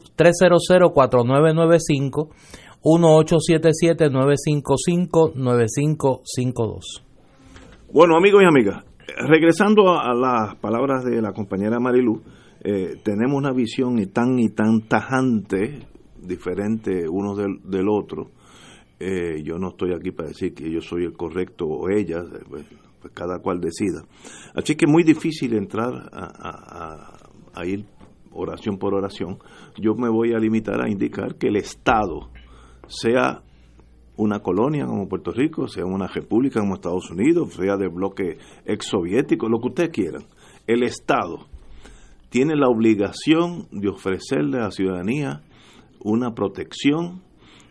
cero, cuatro nueve nueve cinco, uno ocho siete siete, nueve cinco cinco, nueve cinco cinco dos. Bueno, amigos y amigas, regresando a las palabras de la compañera Marilu, eh, tenemos una visión y tan y tan tajante, diferente uno del, del otro. Eh, yo no estoy aquí para decir que yo soy el correcto o ella, pues, pues cada cual decida. Así que es muy difícil entrar a, a, a ir oración por oración. Yo me voy a limitar a indicar que el Estado, sea una colonia como Puerto Rico, sea una república como Estados Unidos, sea de bloque exsoviético, lo que ustedes quieran, el Estado tiene la obligación de ofrecerle a la ciudadanía una protección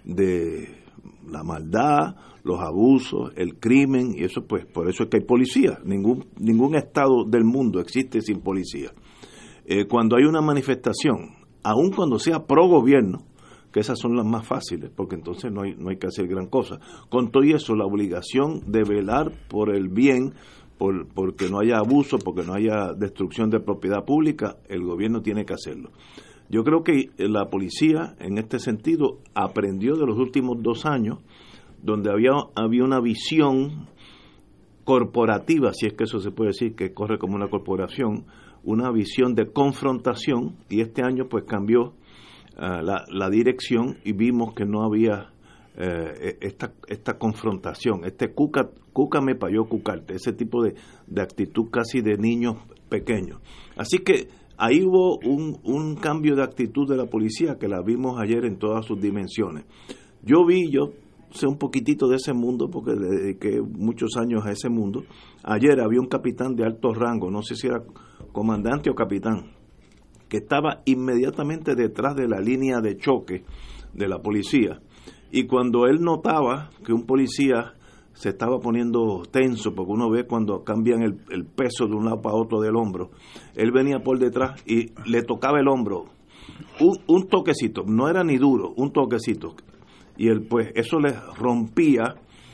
de la maldad, los abusos, el crimen, y eso pues por eso es que hay policía. Ningún ningún estado del mundo existe sin policía. Eh, cuando hay una manifestación, aun cuando sea pro gobierno, que esas son las más fáciles, porque entonces no hay no hay que hacer gran cosa. Con todo eso, la obligación de velar por el bien, por porque no haya abuso, porque no haya destrucción de propiedad pública, el gobierno tiene que hacerlo. Yo creo que la policía, en este sentido, aprendió de los últimos dos años, donde había, había una visión corporativa, si es que eso se puede decir, que corre como una corporación, una visión de confrontación, y este año pues cambió uh, la, la dirección y vimos que no había uh, esta esta confrontación, este cuca, cúcame pa' yo cucarte, ese tipo de, de actitud casi de niños pequeños. Así que ahí hubo un, un cambio de actitud de la policía que la vimos ayer en todas sus dimensiones. Yo vi, yo sé un poquitito de ese mundo porque le dediqué muchos años a ese mundo. Ayer había un capitán de alto rango, no sé si era comandante o capitán, que estaba inmediatamente detrás de la línea de choque de la policía, y cuando él notaba que un policía se estaba poniendo tenso, porque uno ve cuando cambian el, el peso de un lado para otro del hombro, él venía por detrás y le tocaba el hombro, un, un toquecito, no era ni duro, un toquecito, y él pues eso le rompía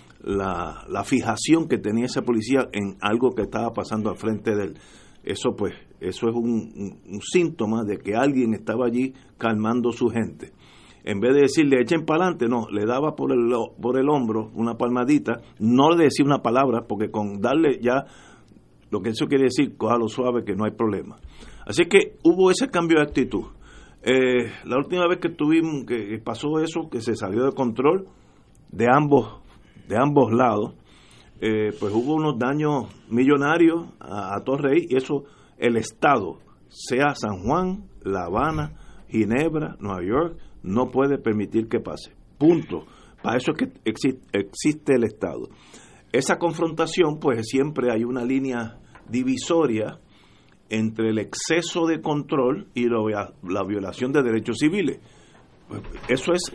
la, la fijación que tenía ese policía en algo que estaba pasando al frente de él. Eso pues, eso es un, un, un síntoma de que alguien estaba allí calmando su gente. En vez de decirle echen para adelante, no, le daba por el por el hombro una palmadita, no le decía una palabra, porque con darle ya, lo que eso quiere decir, cójalo suave, que no hay problema. Así que hubo ese cambio de actitud. Eh, la última vez que tuvimos, que pasó eso, que se salió de control de ambos, de ambos lados, Eh, pues hubo unos daños millonarios a, a Torrey, y eso el Estado, sea San Juan, La Habana, Ginebra, Nueva York, no puede permitir que pase. Punto. Para eso es que existe, existe el Estado. Esa confrontación, pues siempre hay una línea divisoria entre el exceso de control y la, la violación de derechos civiles. Eso es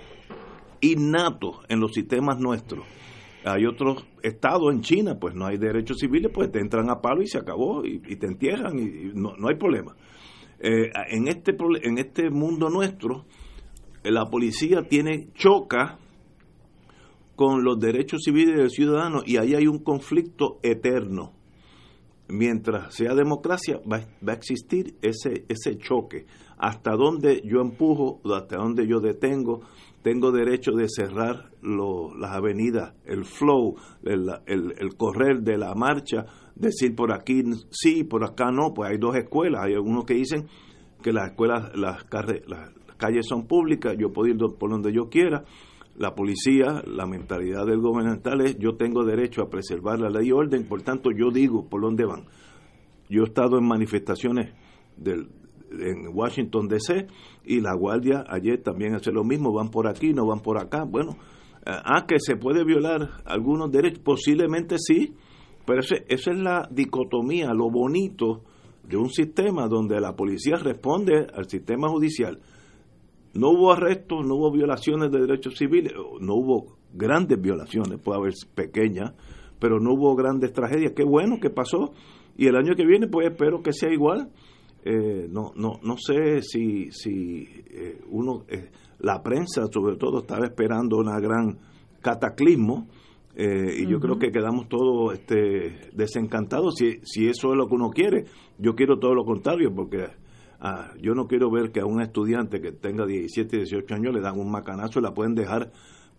innato en los sistemas nuestros. Hay otros estados en China, pues no hay derechos civiles, pues te entran a palo y se acabó, y, y te entierran, y, y no, no hay problema. Eh, en este en este mundo nuestro, la policía tiene choca con los derechos civiles del ciudadano, y ahí hay un conflicto eterno. Mientras sea democracia, va, va a existir ese ese choque. Hasta dónde yo empujo, hasta dónde yo detengo. Tengo derecho de cerrar lo, las avenidas, el flow, el, el, el correr de la marcha, decir por aquí sí, por acá no. Pues hay dos escuelas, hay algunos que dicen que las escuelas, las, carre, las calles son públicas, yo puedo ir por donde yo quiera. La policía, la mentalidad del gubernamental es yo tengo derecho a preservar la ley y orden, por tanto yo digo por dónde van. Yo he estado en manifestaciones del en Washington D C y la Guardia ayer también hace lo mismo, van por aquí, no van por acá. Bueno, ah, que se puede violar algunos derechos, posiblemente sí, pero ese, esa es la dicotomía, lo bonito de un sistema donde la policía responde al sistema judicial. No hubo arrestos, no hubo violaciones de derechos civiles, no hubo grandes violaciones, puede haber pequeñas, pero no hubo grandes tragedias. Qué bueno que pasó, y el año que viene pues espero que sea igual. Eh, no no no sé si si eh, uno eh, la prensa sobre todo estaba esperando una gran cataclismo, eh, y uh-huh. Yo creo que quedamos todos este desencantados si si eso es lo que uno quiere. Yo quiero todo lo contrario, porque ah, yo no quiero ver que a un estudiante que tenga diecisiete, dieciocho años le dan un macanazo y la pueden dejar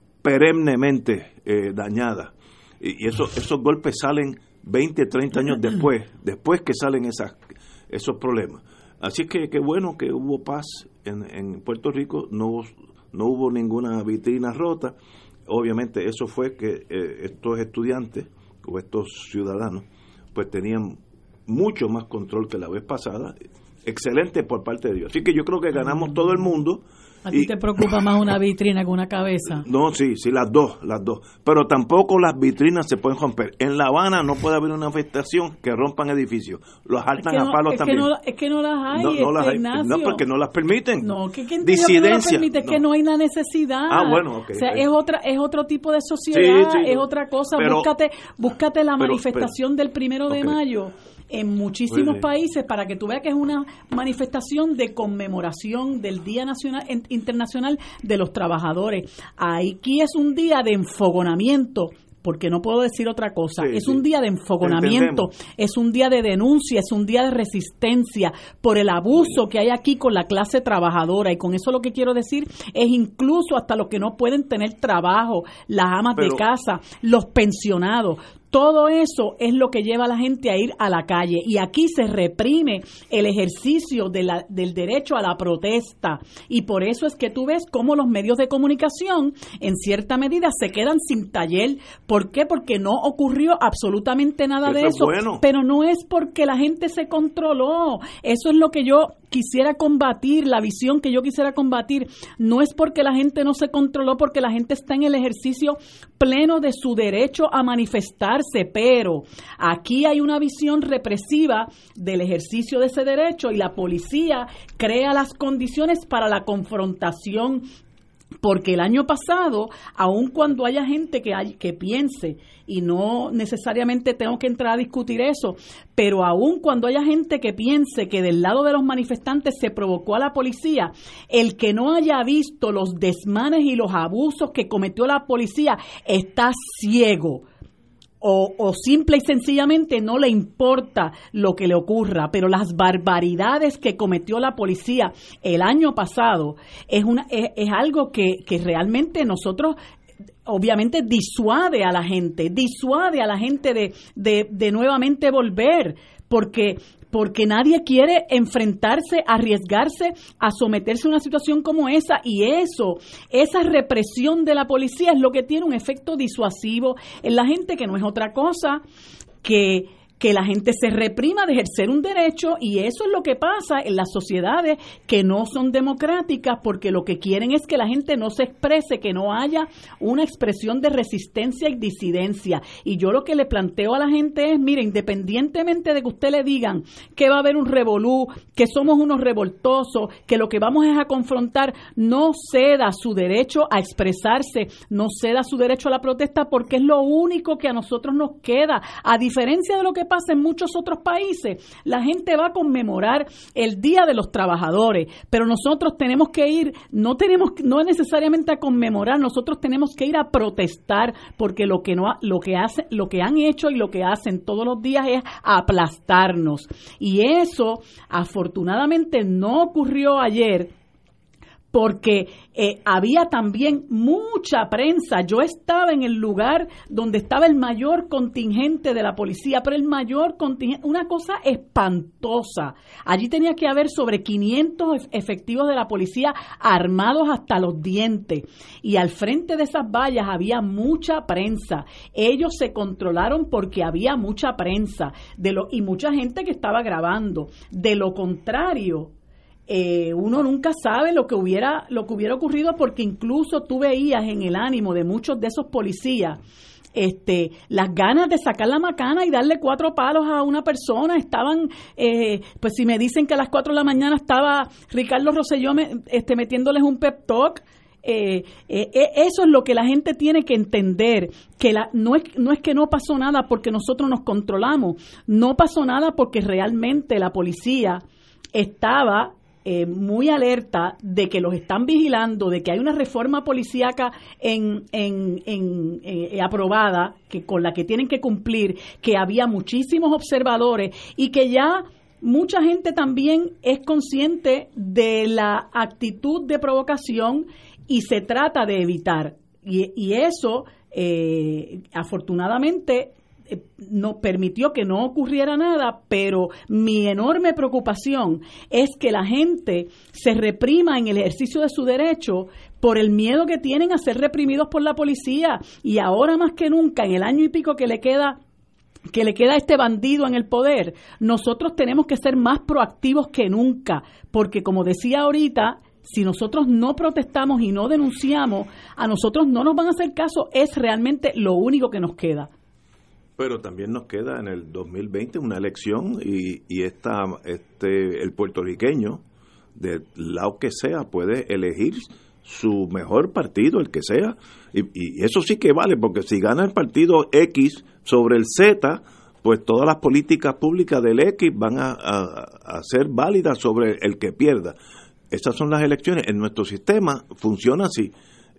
perennemente eh, dañada, y, y eso esos golpes salen veinte, treinta años después después que salen esas esos problemas. Así que qué bueno que hubo paz en, en Puerto Rico, no, no hubo ninguna vitrina rota. Obviamente eso fue que eh, estos estudiantes o estos ciudadanos pues tenían mucho más control que la vez pasada. Excelente por parte de Dios. Así que yo creo que ganamos todo el mundo. ¿A ti te preocupa más una vitrina que una cabeza? No, sí, sí, las dos, las dos. Pero tampoco las vitrinas se pueden romper. En La Habana no puede haber una manifestación que rompan edificios. Los altan es que a no, palos es también. Que no, es que no las hay, no, no este, las hay. Ignacio. No, porque no las permiten. No, que ¿quién Disidencia. No las permite? Es no. que no hay la necesidad. Ah, bueno, ok. O sea, okay. es otra es otro tipo de sociedad, sí, sí, es no. otra cosa. Pero, búscate búscate la pero, manifestación pero, del primero de okay. mayo en muchísimos países para que tú veas que es una manifestación de conmemoración del Día Nacional Internacional de los Trabajadores. Aquí es un día de enfogonamiento, porque no puedo decir otra cosa. Sí, es sí. un día de enfogonamiento, es un día de denuncia, es un día de resistencia por el abuso que hay aquí con la clase trabajadora. Y con eso lo que quiero decir es incluso hasta los que no pueden tener trabajo, las amas Pero, de casa, los pensionados. Todo eso es lo que lleva a la gente a ir a la calle, y aquí se reprime el ejercicio de la, del derecho a la protesta, y por eso es que tú ves cómo los medios de comunicación en cierta medida se quedan sin taller. ¿Por qué? Porque no ocurrió absolutamente nada de eso, bueno. Pero no es porque la gente se controló. Eso es lo que yo quisiera combatir, la visión que yo quisiera combatir. No es porque la gente no se controló, porque la gente está en el ejercicio pleno de su derecho a manifestarse, pero aquí hay una visión represiva del ejercicio de ese derecho, y la policía crea las condiciones para la confrontación. Porque el año pasado, aun cuando haya gente que, hay, que piense, y no necesariamente tengo que entrar a discutir eso, pero aun cuando haya gente que piense que del lado de los manifestantes se provocó a la policía, el que no haya visto los desmanes y los abusos que cometió la policía está ciego. O, o simple y sencillamente no le importa lo que le ocurra, pero las barbaridades que cometió la policía el año pasado es una es, es algo que, que realmente nosotros obviamente disuade a la gente, disuade a la gente de, de, de nuevamente volver, porque porque nadie quiere enfrentarse, arriesgarse a someterse a una situación como esa, y eso, esa represión de la policía es lo que tiene un efecto disuasivo en la gente, que no es otra cosa que que la gente se reprima de ejercer un derecho, y eso es lo que pasa en las sociedades que no son democráticas, porque lo que quieren es que la gente no se exprese, que no haya una expresión de resistencia y disidencia. Y yo lo que le planteo a la gente es, mire, independientemente de que usted le digan que va a haber un revolú, que somos unos revoltosos, que lo que vamos es a confrontar, no ceda su derecho a expresarse, no ceda su derecho a la protesta, porque es lo único que a nosotros nos queda. A diferencia de lo que pasa en muchos otros países, la gente va a conmemorar el Día de los Trabajadores, pero nosotros tenemos que ir, no tenemos, no necesariamente a conmemorar, nosotros tenemos que ir a protestar, porque lo que no, lo que hacen, lo que han hecho y lo que hacen todos los días es aplastarnos, y eso afortunadamente no ocurrió ayer, porque eh, había también mucha prensa. Yo estaba en el lugar donde estaba el mayor contingente de la policía, pero el mayor contingente, una cosa espantosa. Allí tenía que haber sobre quinientos efectivos de la policía armados hasta los dientes, y al frente de esas vallas había mucha prensa. Ellos se controlaron porque había mucha prensa de lo, y mucha gente que estaba grabando. De lo contrario, Eh, uno nunca sabe lo que hubiera lo que hubiera ocurrido, porque incluso tú veías en el ánimo de muchos de esos policías este las ganas de sacar la macana y darle cuatro palos a una persona. Estaban, eh, pues si me dicen que a las cuatro de la mañana estaba Ricardo Rosselló me, este, metiéndoles un pep talk, Eh, eh, eh, eso es lo que la gente tiene que entender, que la, no es no es que no pasó nada porque nosotros nos controlamos, no pasó nada porque realmente la policía estaba Eh, muy alerta de que los están vigilando, de que hay una reforma policíaca en, en, en, eh, aprobada, que con la que tienen que cumplir, que había muchísimos observadores, y que ya mucha gente también es consciente de la actitud de provocación y se trata de evitar. Y, y eso, eh, afortunadamente, no permitió que no ocurriera nada, pero mi enorme preocupación es que la gente se reprima en el ejercicio de su derecho por el miedo que tienen a ser reprimidos por la policía, y ahora más que nunca, en el año y pico que le queda que le queda a este bandido en el poder, nosotros tenemos que ser más proactivos que nunca, porque como decía ahorita, si nosotros no protestamos y no denunciamos, a nosotros no nos van a hacer caso. Es realmente lo único que nos queda. Pero también nos queda en el dos mil veinte una elección, y, y esta, este el puertorriqueño, del lado que sea, puede elegir su mejor partido, el que sea, y, y eso sí que vale, porque si gana el partido X sobre el Z, pues todas las políticas públicas del X van a, a, a ser válidas sobre el que pierda. Esas son las elecciones. En nuestro sistema funciona así.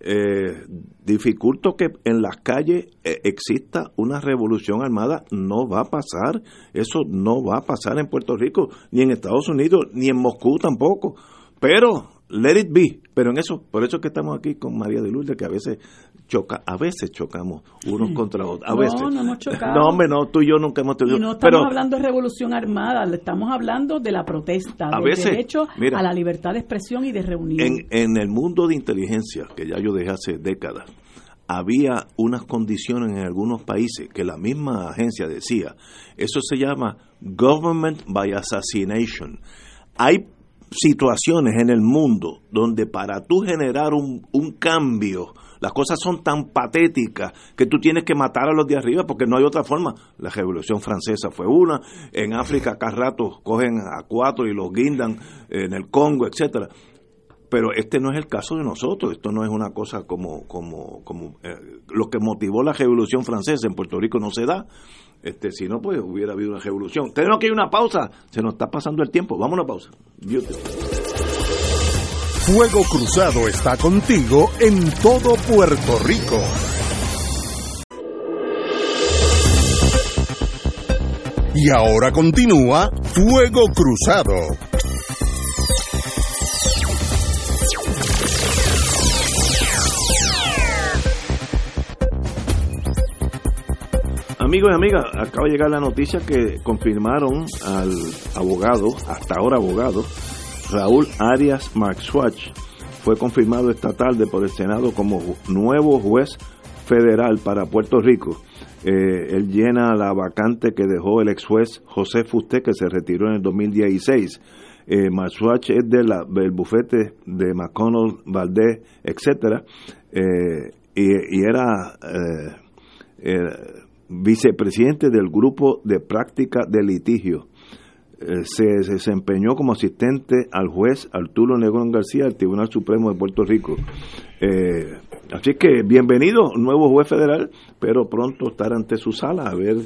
Eh, dificulto que en las calles eh, exista una revolución armada. No va a pasar, eso no va a pasar en Puerto Rico, ni en Estados Unidos, ni en Moscú tampoco, pero let it be, pero en eso, por eso es que estamos aquí con María de Lourdes, que a veces choca, a veces chocamos unos sí. contra otros, a no, veces. No, no hemos chocado. No, hombre, no, tú y yo nunca hemos tenido. Y no estamos pero, hablando de revolución armada, estamos hablando de la protesta, a del veces, derecho mira, a la libertad de expresión y de reunión. En, en el mundo de inteligencia, que ya yo dejé hace décadas, había unas condiciones en algunos países que la misma agencia decía, eso se llama government by assassination. Hay situaciones en el mundo donde para tú generar un, un cambio, las cosas son tan patéticas que tú tienes que matar a los de arriba porque no hay otra forma. La Revolución Francesa fue una, en África cada rato cogen a cuatro y los guindan, en el Congo, etcétera. Pero este no es el caso de nosotros, esto no es una cosa como como como eh, lo que motivó la Revolución Francesa en Puerto Rico no se da. Este, si no, pues hubiera habido una revolución. Tenemos que ir a una pausa, se nos está pasando el tiempo, vamos a una pausa. Dios te... Fuego Cruzado está contigo en todo Puerto Rico. Y ahora continúa Fuego Cruzado. Amigos y amigas, acaba de llegar la noticia que confirmaron al abogado, hasta ahora abogado, Raúl Arias Maxwatch, fue confirmado esta tarde por el Senado como nuevo juez federal para Puerto Rico. Eh, él llena la vacante que dejó el ex juez José Fusté, que se retiró en el dos mil dieciséis. Eh, Maxwatch es de la, del bufete de McConnell, Valdés, etcétera, eh, y, y era... Eh, eh, vicepresidente del grupo de práctica de litigio. Eh, se, se desempeñó como asistente al juez Arturo Negrón García del Tribunal Supremo de Puerto Rico. Eh, así que bienvenido, nuevo juez federal, pero pronto estar ante su sala a ver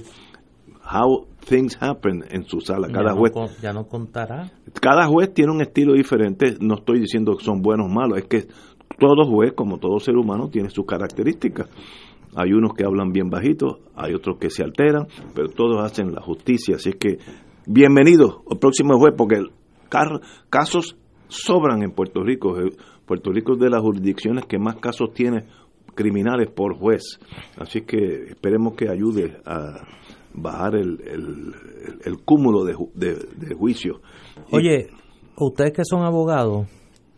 how things happen en su sala. Cada ya juez no, ya no contará. Cada juez tiene un estilo diferente. No estoy diciendo que son buenos o malos, es que todo juez, como todo ser humano, tiene sus características. Hay unos que hablan bien bajito, hay otros que se alteran, pero todos hacen la justicia. Así es que, bienvenido al próximo juez, porque el car- casos sobran en Puerto Rico. Puerto Rico es de las jurisdicciones que más casos tiene criminales por juez. Así que esperemos que ayude a bajar el, el, el cúmulo de, de, de juicios. Oye, ustedes que son abogados,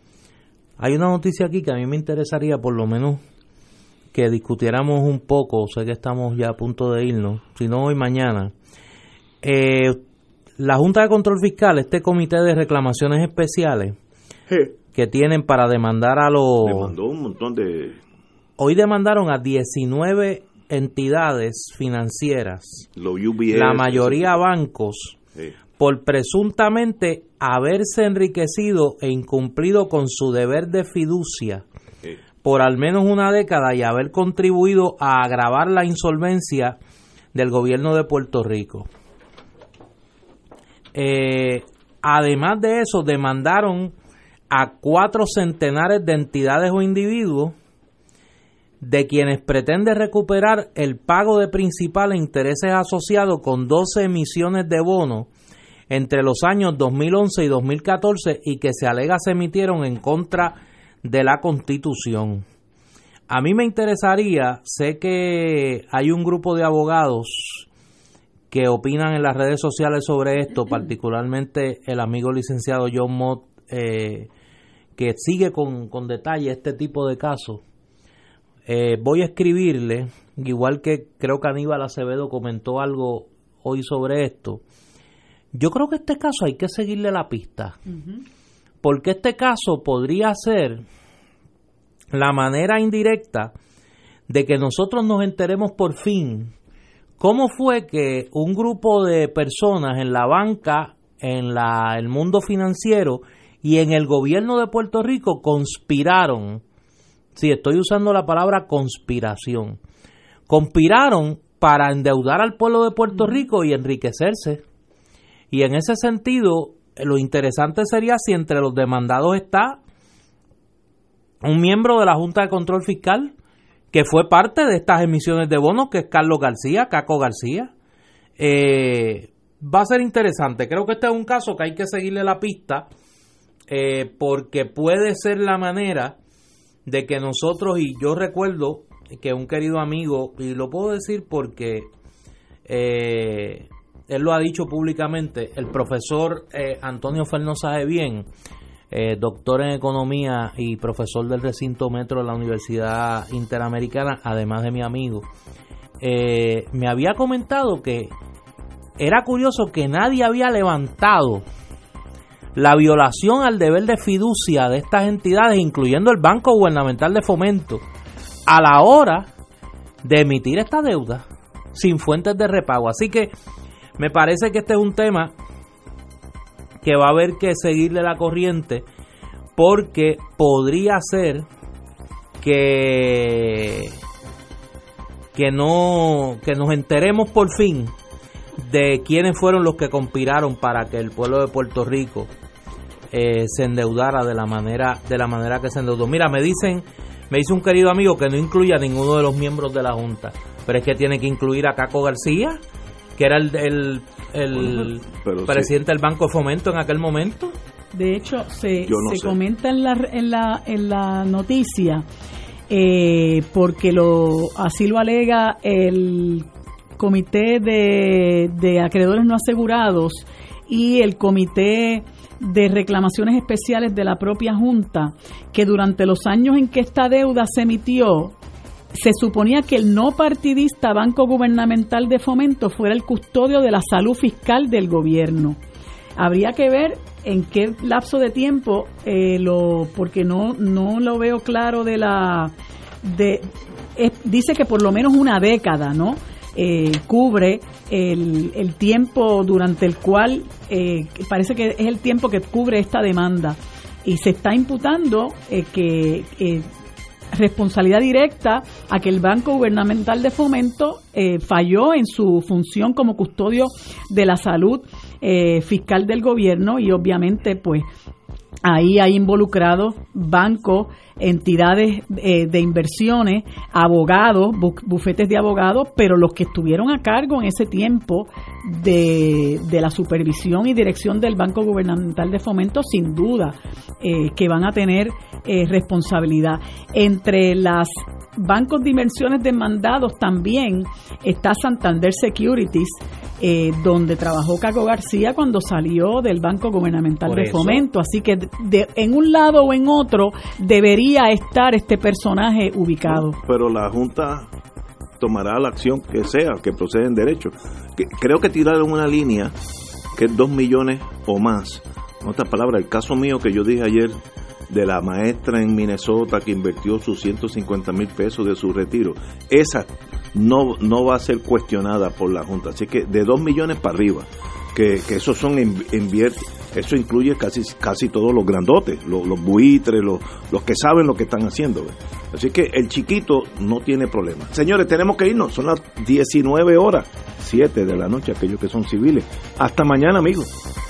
hay una noticia aquí que a mí me interesaría por lo menos que discutiéramos un poco. Sé que estamos ya a punto de irnos, si no hoy, mañana. Eh, la Junta de Control Fiscal, este comité de reclamaciones especiales Sí. que tienen para demandar a los... Demandó un montón de... Hoy demandaron a diecinueve entidades financieras, Los U B S, la mayoría bancos, sí, por presuntamente haberse enriquecido e incumplido con su deber de fiducia sí, por al menos una década y haber contribuido a agravar la insolvencia del gobierno de Puerto Rico. Eh, además de eso, demandaron a cuatro centenares de entidades o individuos de quienes pretende recuperar el pago de principal e intereses asociados con doce emisiones de bonos entre los años dos mil once y dos mil catorce y que se alega se emitieron en contra de la Constitución. A mí me interesaría, sé que hay un grupo de abogados que opinan en las redes sociales sobre esto, particularmente el amigo licenciado John Mott, eh, que sigue con, con detalle este tipo de casos. Eh, voy a escribirle, igual que creo que Aníbal Acevedo comentó algo hoy sobre esto. Yo creo que este caso hay que seguirle la pista, uh-huh. porque este caso podría ser la manera indirecta de que nosotros nos enteremos por fin cómo fue que un grupo de personas en la banca, en la, el mundo financiero y en el gobierno de Puerto Rico conspiraron. Sí, estoy usando la palabra conspiración. Conspiraron para endeudar al pueblo de Puerto Rico y enriquecerse. Y en ese sentido, lo interesante sería si entre los demandados está un miembro de la Junta de Control Fiscal que fue parte de estas emisiones de bonos, que es Carlos García, Caco García. Eh, va a ser interesante. Creo que este es un caso que hay que seguirle la pista. eh, porque puede ser la manera de que nosotros, y yo recuerdo que un querido amigo, y lo puedo decir porque eh, él lo ha dicho públicamente, el profesor eh, Antonio Fernández Bien, eh, doctor en economía y profesor del recinto Metro de la Universidad Interamericana, además de mi amigo, eh, me había comentado que era curioso que nadie había levantado la violación al deber de fiducia de estas entidades, incluyendo el Banco Gubernamental de Fomento, a la hora de emitir esta deuda sin fuentes de repago. Así que me parece que este es un tema que va a haber que seguirle la corriente, porque podría ser que que no que nos enteremos por fin de quiénes fueron los que conspiraron para que el pueblo de Puerto Rico eh, se endeudara de la manera de la manera que se endeudó. Mira, me dicen, me dice un querido amigo que no incluya a ninguno de los miembros de la Junta, pero es que tiene que incluir a Caco García, que era el, el, el pero presidente sí. del Banco de Fomento en aquel momento. De hecho, se, no se sé. comenta en la en la en la noticia eh, porque lo así lo alega el Comité de, de Acreedores No Asegurados y el Comité de Reclamaciones Especiales de la propia Junta, que durante los años en que esta deuda se emitió, se suponía que el no partidista Banco Gubernamental de Fomento fuera el custodio de la salud fiscal del gobierno. Habría que ver en qué lapso de tiempo, eh, lo porque no no lo veo claro de la... de es, dice que por lo menos una década, ¿no? Eh, cubre el, el tiempo durante el cual eh, parece que es el tiempo que cubre esta demanda, y se está imputando eh, que eh, responsabilidad directa a que el Banco Gubernamental de Fomento eh, falló en su función como custodio de la salud eh, fiscal del gobierno, y obviamente pues ahí hay involucrados bancos, entidades eh, de inversiones, abogados, bu- bufetes de abogados, pero los que estuvieron a cargo en ese tiempo de, de la supervisión y dirección del Banco Gubernamental de Fomento, sin duda eh, que van a tener eh, responsabilidad. Entre los bancos de inversiones demandados también está Santander Securities, eh, donde trabajó Caco García cuando salió del Banco Gubernamental de Fomento. Así que de, en un lado o en otro debería estar este personaje ubicado. Pero la Junta tomará la acción que sea, que procede en derecho. Que, creo que tiraron una línea que es dos millones o más. En otras palabras, el caso mío que yo dije ayer de la maestra en Minnesota que invirtió sus ciento cincuenta mil pesos de su retiro, esa no no va a ser cuestionada por la Junta. Así que de dos millones para arriba, que, que esos son inviert, eso incluye casi casi todos los grandotes, los, los buitres, los, los que saben lo que están haciendo. Así que el chiquito no tiene problema. Señores, tenemos que irnos, son las diecinueve horas, siete de la noche, aquellos que son civiles. Hasta mañana, amigos.